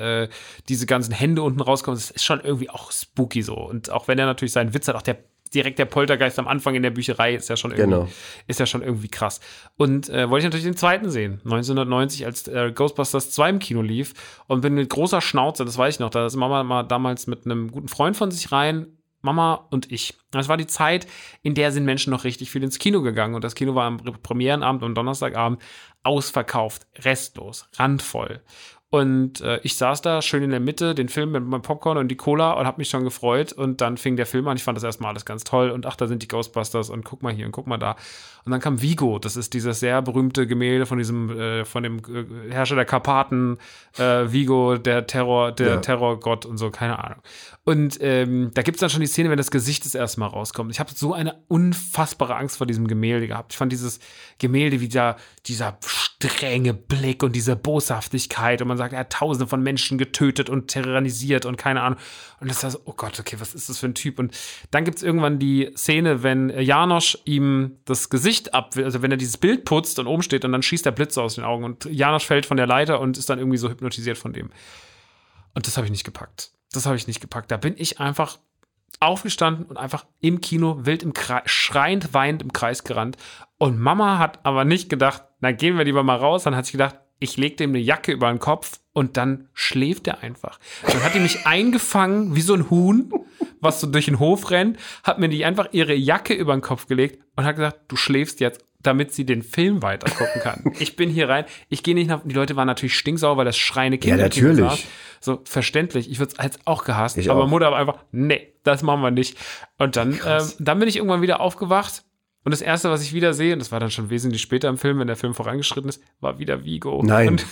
Hände unten rauskommen, das ist schon irgendwie auch spooky so. Und auch wenn er natürlich seinen Witz hat, auch direkt der Poltergeist am Anfang in der Bücherei ist ja schon irgendwie krass. Und wollte ich natürlich den zweiten sehen. 1990, als Ghostbusters 2 im Kino lief und bin mit großer Schnauze, das weiß ich noch, da ist Mama mal damals mit einem guten Freund von sich rein, Mama und ich. Das war die Zeit, in der sind Menschen noch richtig viel ins Kino gegangen und das Kino war am Premierenabend und Donnerstagabend ausverkauft, restlos, randvoll. Und ich saß da schön in der Mitte, den Film mit meinem Popcorn und die Cola und habe mich schon gefreut. Und dann fing der Film an. Ich fand das erstmal alles ganz toll. Und ach, da sind die Ghostbusters und guck mal hier und guck mal da. Und dann kam Vigo. Das ist dieses sehr berühmte Gemälde von dem Herrscher der Karpaten, Vigo, der Terrorgott und so, keine Ahnung. Und da gibt's dann schon die Szene, wenn das Gesicht das erste Mal rauskommt. Ich habe so eine unfassbare Angst vor diesem Gemälde gehabt. Ich fand dieses Gemälde wie dieser strenge Blick und diese Boshaftigkeit und man sagt, er hat Tausende von Menschen getötet und terrorisiert und keine Ahnung. Und das war so, oh Gott, okay, was ist das für ein Typ? Und dann gibt's irgendwann die Szene, wenn Janosch ihm das Gesicht also wenn er dieses Bild putzt und oben steht und dann schießt der Blitze aus den Augen und Janosch fällt von der Leiter und ist dann irgendwie so hypnotisiert von dem. Und das habe ich nicht gepackt. Da bin ich einfach aufgestanden und einfach im Kino wild schreiend, weinend im Kreis gerannt. Und Mama hat aber nicht gedacht, na gehen wir lieber mal raus. Dann hat sie gedacht, ich lege dem eine Jacke über den Kopf und dann schläft er einfach. Dann hat die mich eingefangen wie so ein Huhn, was so durch den Hof rennt, hat mir die einfach ihre Jacke über den Kopf gelegt und hat gesagt, du schläfst jetzt, damit sie den Film weiter gucken kann. Ich bin hier rein, ich gehe nicht nach, die Leute waren natürlich stinksauer, weil das schreiende Kind ja, natürlich. Saß. So, verständlich, ich würde es jetzt auch gehasst, aber Mutter war einfach, nee, das machen wir nicht. Und dann bin ich irgendwann wieder aufgewacht. Und das Erste, was ich wieder sehe, und das war dann schon wesentlich später im Film, wenn der Film vorangeschritten ist, war wieder Vigo. Nein. Und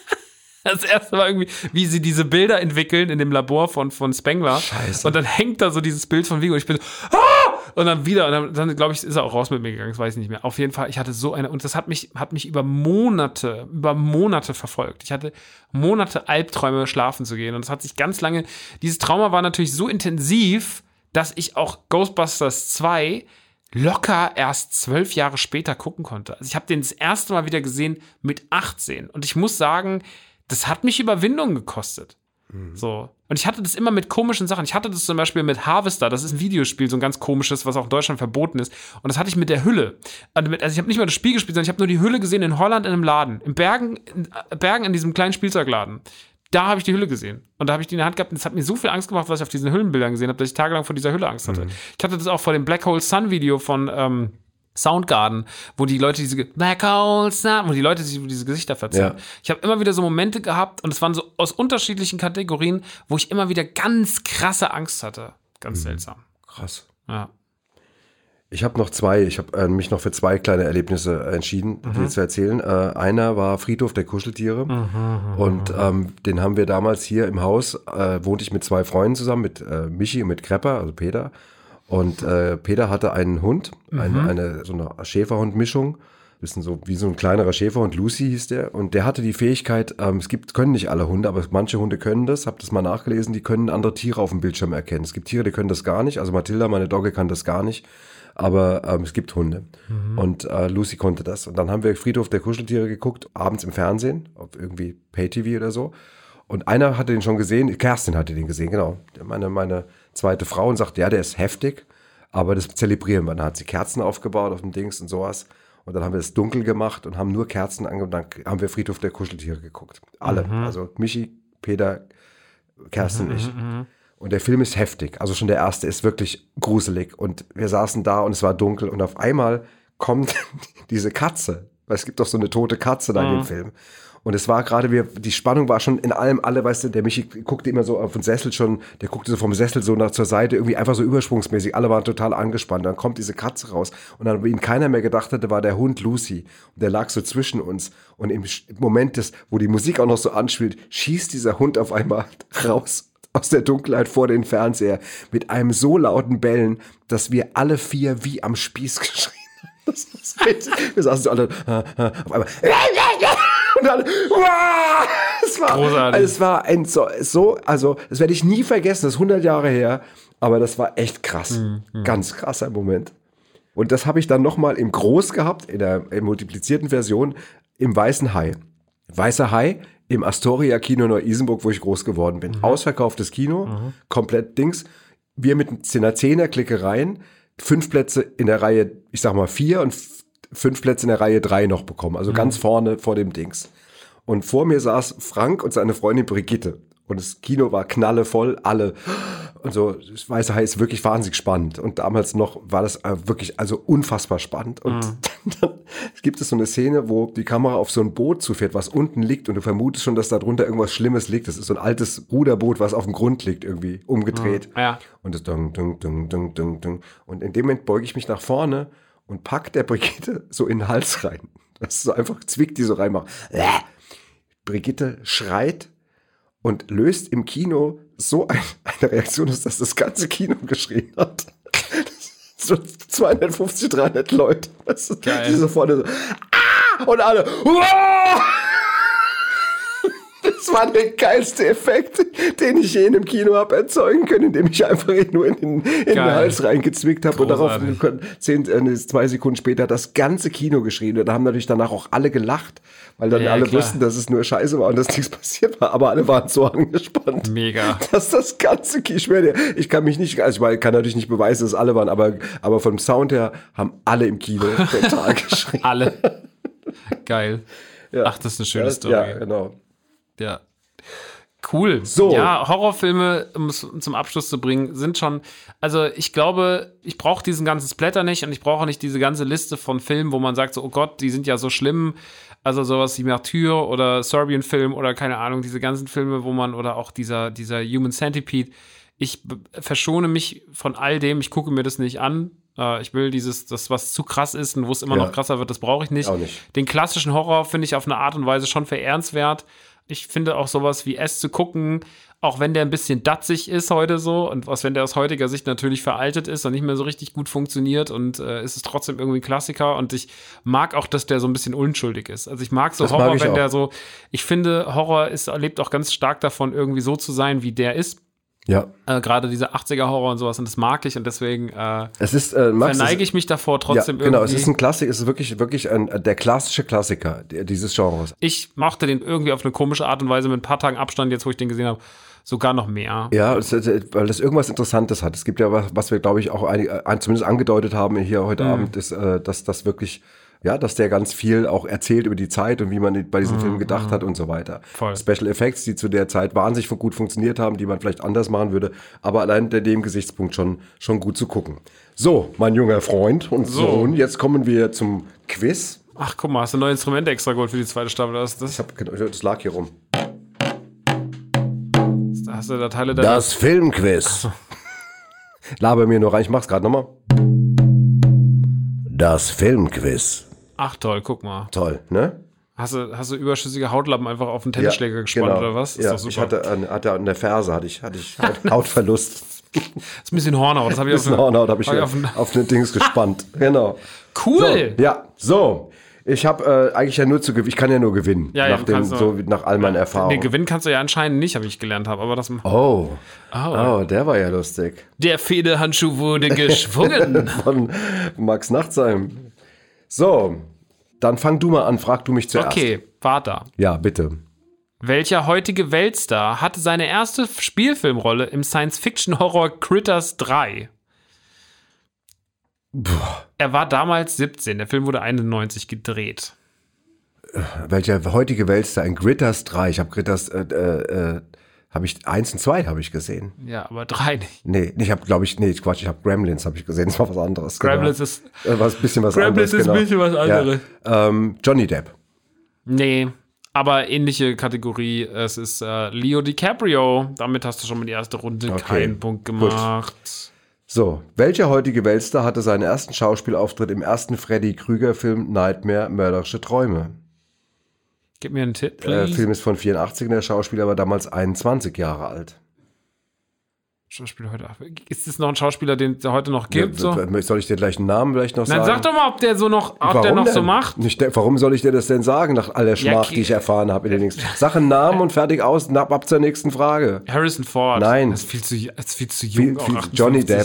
das Erste war irgendwie, wie sie diese Bilder entwickeln in dem Labor von Spengler. Scheiße. Und dann hängt da so dieses Bild von Vigo. Und ich bin so, und dann wieder, und dann glaube ich, ist er auch raus mit mir gegangen, das weiß ich nicht mehr. Auf jeden Fall, ich hatte so eine, und das hat mich über Monate verfolgt. Ich hatte Monate Albträume, schlafen zu gehen. Und es hat sich ganz lange, dieses Trauma war natürlich so intensiv, dass ich auch Ghostbusters 2 locker erst 12 Jahre später gucken konnte. Also ich habe den das erste Mal wieder gesehen mit 18. Und ich muss sagen, das hat mich Überwindung gekostet. So. Und ich hatte das immer mit komischen Sachen. Ich hatte das zum Beispiel mit Harvester. Das ist ein Videospiel, so ein ganz komisches, was auch in Deutschland verboten ist. Und das hatte ich mit der Hülle. Also ich habe nicht mal das Spiel gespielt, sondern ich habe nur die Hülle gesehen in Holland in einem Laden. In Bergen in diesem kleinen Spielzeugladen. Da habe ich die Hülle gesehen. Und da habe ich die in der Hand gehabt. Und das hat mir so viel Angst gemacht, was ich auf diesen Hüllenbildern gesehen habe, dass ich tagelang vor dieser Hülle Angst hatte. Ich hatte das auch vor dem Black Hole Sun Video von Soundgarden, wo die Leute diese Black Hole Sun, wo die Leute sich diese Gesichter verziehen. Ja. Ich habe immer wieder so Momente gehabt und es waren so aus unterschiedlichen Kategorien, wo ich immer wieder ganz krasse Angst hatte. Ganz seltsam. Krass. Ja. Ich habe noch zwei. Ich habe mich noch für zwei kleine Erlebnisse entschieden, die zu erzählen. Einer war Friedhof der Kuscheltiere. Und den haben wir damals hier im Haus, wohnte ich mit zwei Freunden zusammen, mit Michi und mit Krepper, also Peter. Und Peter hatte einen Hund, so eine Schäferhund-Mischung. Bisschen so wie so ein kleinerer Schäferhund, Lucy hieß der. Und der hatte die Fähigkeit, können nicht alle Hunde, aber manche Hunde können das. Hab das mal nachgelesen, die können andere Tiere auf dem Bildschirm erkennen. Es gibt Tiere, die können das gar nicht. Also Mathilda, meine Dogge, kann das gar nicht. aber es gibt Hunde. Und Lucy konnte das. Und dann haben wir Friedhof der Kuscheltiere geguckt, abends im Fernsehen, auf irgendwie Pay-TV oder so. Und einer hatte den schon gesehen, Kerstin hatte den gesehen, genau. Meine zweite Frau und sagt, ja, der ist heftig, aber das zelebrieren wir. Dann hat sie Kerzen aufgebaut auf dem Dings und sowas. Und dann haben wir es dunkel gemacht und haben nur Kerzen angemacht. Dann haben wir Friedhof der Kuscheltiere geguckt. Alle. Also Michi, Peter, Kerstin und ich. Und der Film ist heftig. Also schon der erste ist wirklich gruselig. Und wir saßen da und es war dunkel. Und auf einmal kommt diese Katze. Weil es gibt doch so eine tote Katze da in dem Film. Und es war gerade, die Spannung war schon in allem, weißt du, der Michi guckte immer so auf den Sessel schon, der guckte so vom Sessel so zur Seite, irgendwie einfach so übersprungsmäßig, alle waren total angespannt. Dann kommt diese Katze raus und dann, wie ihn keiner mehr gedacht hatte, war der Hund Lucy. Und der lag so zwischen uns. Und im Moment, wo die Musik auch noch so anspielt, schießt dieser Hund auf einmal raus aus der Dunkelheit vor den Fernseher mit einem so lauten Bellen, dass wir alle 4 wie am Spieß geschrien haben. Wir saßen so alle auf einmal. Und dann, es war also das werde ich nie vergessen, das ist 100 Jahre her, aber das war echt krass, ganz krasser Moment. Und das habe ich dann nochmal im Groß gehabt, in der multiplizierten Version, im Weißen Hai. Weißer Hai im Astoria Kino Neu-Isenburg, wo ich groß geworden bin. Ausverkauftes Kino, komplett Dings. Wir mit einer 10er-Clique rein, 5 Plätze in der Reihe, ich sag mal 4 und 5 Plätze in der Reihe 3 noch bekommen. Also ganz vorne vor dem Dings. Und vor mir saß Frank und seine Freundin Brigitte. Und das Kino war knallevoll, alle. Und so, das Weiße Hai ist wirklich wahnsinnig spannend. Und damals noch war das wirklich also unfassbar spannend. Und dann gibt es so eine Szene, wo die Kamera auf so ein Boot zufährt, was unten liegt. Und du vermutest schon, dass da drunter irgendwas Schlimmes liegt. Das ist so ein altes Ruderboot, was auf dem Grund liegt, irgendwie umgedreht. Ja. Und das dung, dung, dung, dung, dung, dung. Und in dem Moment beuge ich mich nach vorne und pack der Brigitte so in den Hals rein. Das ist so einfach, zwickt die so rein, macht. Brigitte schreit und löst im Kino so eine Reaktion, dass das ganze Kino geschrien hat. So 250, 300 Leute. Die so vorne so, und alle, Das war der geilste Effekt, den ich je in einem Kino habe erzeugen können, indem ich einfach nur in den Hals reingezwickt habe. Und darauf 2 Sekunden später das ganze Kino geschrien. Und da haben natürlich danach auch alle gelacht, weil dann alle wussten, dass es nur Scheiße war und dass nichts passiert war. Aber alle waren so angespannt. Mega. Dass das ganze Kino, ich schwöre dir, ich kann mich nicht, also ich kann natürlich nicht beweisen, dass alle waren, aber vom Sound her haben alle im Kino total geschrien. Alle. Geil. Ja. Ach, das ist eine schöne Story. Ja, genau. Ja. Cool. So. Ja, Horrorfilme, um es zum Abschluss zu bringen, sind schon, also ich glaube, ich brauche diesen ganzen Splatter nicht und ich brauche nicht diese ganze Liste von Filmen, wo man sagt so, oh Gott, die sind ja so schlimm. Also sowas wie Martyr oder Serbian-Film oder keine Ahnung, diese ganzen Filme, wo man, oder auch dieser Human Centipede. Ich verschone mich von all dem, ich gucke mir das nicht an. Ich will das, was zu krass ist und wo es immer noch krasser wird, das brauche ich nicht. Auch nicht. Den klassischen Horror finde ich auf eine Art und Weise schon verehrenswert. Ich finde auch sowas wie S zu gucken, auch wenn der ein bisschen datzig ist heute so und was, wenn der aus heutiger Sicht natürlich veraltet ist und nicht mehr so richtig gut funktioniert und ist es trotzdem irgendwie ein Klassiker und ich mag auch, dass der so ein bisschen unschuldig ist. Also ich mag so Horror, wenn der so, ich finde, Horror lebt auch ganz stark davon, irgendwie so zu sein, wie der ist. Ja. Gerade diese 80er-Horror und sowas, und das mag ich und deswegen Max, verneige ich mich davor trotzdem irgendwie. Genau, es ist ein Klassiker, es ist wirklich der klassische Klassiker dieses Genres. Ich mochte den irgendwie auf eine komische Art und Weise mit ein paar Tagen Abstand, jetzt wo ich den gesehen habe, sogar noch mehr. Ja, weil das irgendwas Interessantes hat. Es gibt ja was wir, glaube ich, auch zumindest angedeutet haben hier heute Abend, ist, dass das wirklich, ja, dass der ganz viel auch erzählt über die Zeit und wie man bei diesen Filmen gedacht hat und so weiter. Voll. Special Effects, die zu der Zeit wahnsinnig gut funktioniert haben, die man vielleicht anders machen würde, aber allein unter dem Gesichtspunkt schon gut zu gucken. So, mein junger Freund und Sohn, jetzt kommen wir zum Quiz. Ach, guck mal, hast du ein neues Instrument extra geholt für die zweite Staffel? Das lag hier rum. Hast du da Teile Das Filmquiz. Laber mir nur rein, ich mach's gerade nochmal. Das Filmquiz. Ach toll, guck mal. Toll, ne? Hast du überschüssige Hautlappen einfach auf den Tennisschläger gespannt oder was? Ist ja, doch super. Ich hatte an der Ferse hatte ich Hautverlust. Das ist ein bisschen Hornhaut. Das habe ich auf eine Dings gespannt. Genau. Cool. So, ja, so. Ich habe eigentlich ja nur zu gewinnen. Ich kann ja nur gewinnen. Ja, nach all meinen Erfahrungen. Nee, gewinnen kannst du ja anscheinend nicht, habe ich gelernt habe. Aber das. Oh, der war ja lustig. Der Fehdehandschuh wurde geschwungen. Von Max Nachtsheim. So, dann fang du mal an. Frag du mich zuerst. Okay, warte. Ja, bitte. Welcher heutige Weltstar hatte seine erste Spielfilmrolle im Science-Fiction-Horror Critters 3? Er war damals 17. Der Film wurde 91 gedreht. Welcher heutige Weltstar? In Critters 3. Ich habe Critters, habe ich 1 und 2 habe ich gesehen. Ja, aber 3 nicht. Nee, ich habe, ich habe Gremlins habe ich gesehen. Das war was anderes. Gremlins genau. ist was bisschen was Gremlins anderes. Gremlins ist ein bisschen was anderes. Ja. Johnny Depp. Nee, aber ähnliche Kategorie. Es ist Leo DiCaprio. Damit hast du schon mal die erste Runde keinen Punkt gemacht. Gut. So, welcher heutige Weltstar hatte seinen ersten Schauspielauftritt im ersten Freddy-Krüger-Film Nightmare, Mörderische Träume? Gib mir einen Tipp, Der Film ist von 84 und der Schauspieler war damals 21 Jahre alt. Schauspieler heute. Ist es noch ein Schauspieler, den es heute noch gibt? Ja, so? Soll ich dir gleich einen Namen vielleicht noch sagen? Dann sag doch mal, ob der so noch, so macht. Warum soll ich dir das denn sagen, nach all der Schmach, die ich erfahren habe in den nächsten... Sag einen Namen und fertig aus, ab zur nächsten Frage. Harrison Ford. Nein. Das ist viel zu jung. Viel Johnny Depp.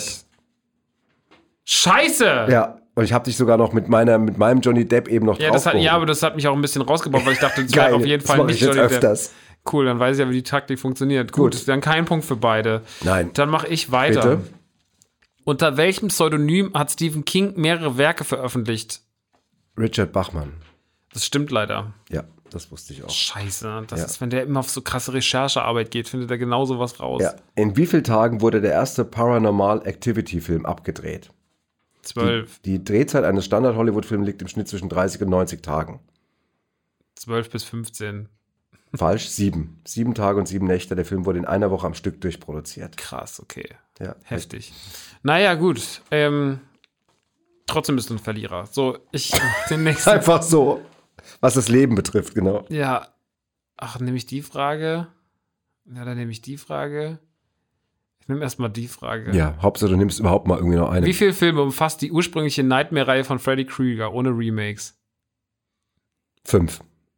Scheiße! Ja, und ich habe dich sogar noch mit meinem Johnny Depp eben noch drauf. Aber das hat mich auch ein bisschen rausgebracht, weil ich dachte, das wäre auf jeden Fall nicht Johnny öfters. Depp. Cool, dann weiß ich ja, wie die Taktik funktioniert. Gut, dann kein Punkt für beide. Nein. Dann mache ich weiter. Bitte? Unter welchem Pseudonym hat Stephen King mehrere Werke veröffentlicht? Richard Bachman. Das stimmt leider. Ja, das wusste ich auch. Scheiße, das ist, wenn der immer auf so krasse Recherchearbeit geht, findet er genau sowas raus. Ja. In wie vielen Tagen wurde der erste Paranormal Activity Film abgedreht? 12. Die Drehzeit eines Standard-Hollywood-Films liegt im Schnitt zwischen 30 und 90 Tagen. 12 bis 15. Falsch, 7. 7 Tage und 7 Nächte. Der Film wurde in einer Woche am Stück durchproduziert. Krass, okay. Ja, heftig. Naja, gut. Trotzdem bist du ein Verlierer. So, den nächsten. Einfach so. Was das Leben betrifft, genau. Ja. Ach, nehme ich die Frage? Ja, dann nehme ich die Frage. Ich nehme erstmal die Frage. Ja, Hauptsache du nimmst überhaupt mal irgendwie noch eine. Wie viele Filme umfasst die ursprüngliche Nightmare-Reihe von Freddy Krüger ohne Remakes? 5.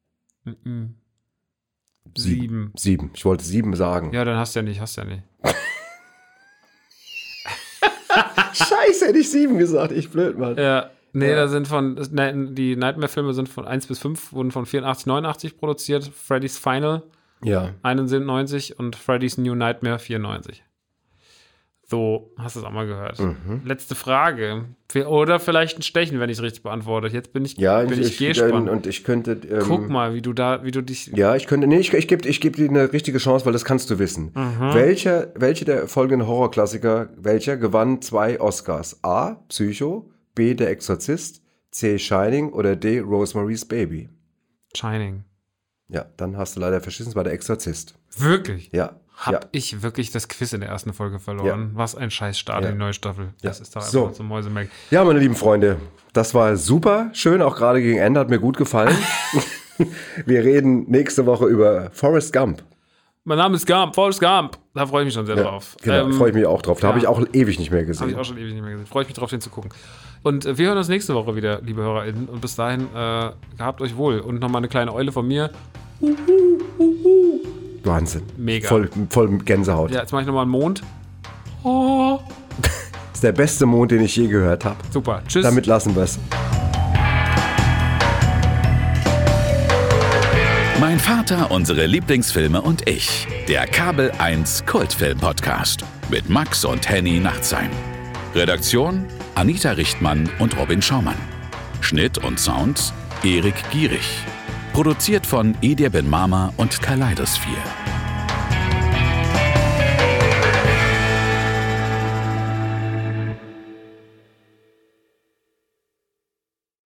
7. 7. Ich wollte 7 sagen. Ja, dann hast du ja nicht. Scheiße, hätte ich 7 gesagt. Ich blöd, Mann. Ja. Nee, da sind die Nightmare-Filme sind von 1 bis 5, wurden von 84, 89 produziert. Freddy's Final 91 und Freddy's New Nightmare 94. So, hast du es auch mal gehört. Letzte Frage. Oder vielleicht ein Stechen, wenn ich es richtig beantworte. Jetzt bin ich gespannt. Und ich könnte... Guck mal, wie du dich... Ja, ich könnte... Nee, ich geb dir eine richtige Chance, weil das kannst du wissen. Welche der folgenden Horrorklassiker, gewann 2 Oscars? A. Psycho, B. Der Exorzist, C. Shining oder D. Rosemary's Baby? Shining. Ja, dann hast du leider verschissen, es war Der Exorzist. Wirklich? Ja. Hab ich wirklich das Quiz in der ersten Folge verloren? Ja. Was ein scheiß Start in die neue Staffel. Das ist doch einfach so Mäusemelk. Ja, meine lieben Freunde, das war super schön, auch gerade gegen Ende, hat mir gut gefallen. Wir reden nächste Woche über Forrest Gump. Mein Name ist Forrest Gump. Da freue ich mich schon sehr drauf. Genau, freue ich mich auch drauf. Da habe ich auch ewig nicht mehr gesehen. Habe ich auch schon ewig nicht mehr gesehen. Freue ich mich drauf, den zu gucken. Und wir hören uns nächste Woche wieder, liebe HörerInnen. Und bis dahin, gehabt euch wohl. Und nochmal eine kleine Eule von mir. Wahnsinn. Mega. Voll Gänsehaut. Ja, jetzt mache ich nochmal einen Mond. Oh. Das ist der beste Mond, den ich je gehört habe. Super. Tschüss. Damit lassen wir es. Mein Vater, unsere Lieblingsfilme und ich. Der Kabel 1 Kultfilm-Podcast. Mit Max und Henny Nachtsheim. Redaktion: Anita Richtmann und Robin Schaumann. Schnitt und Sound: Erik Gierig. Produziert von Edir Ben Mama und Kaleidosphere.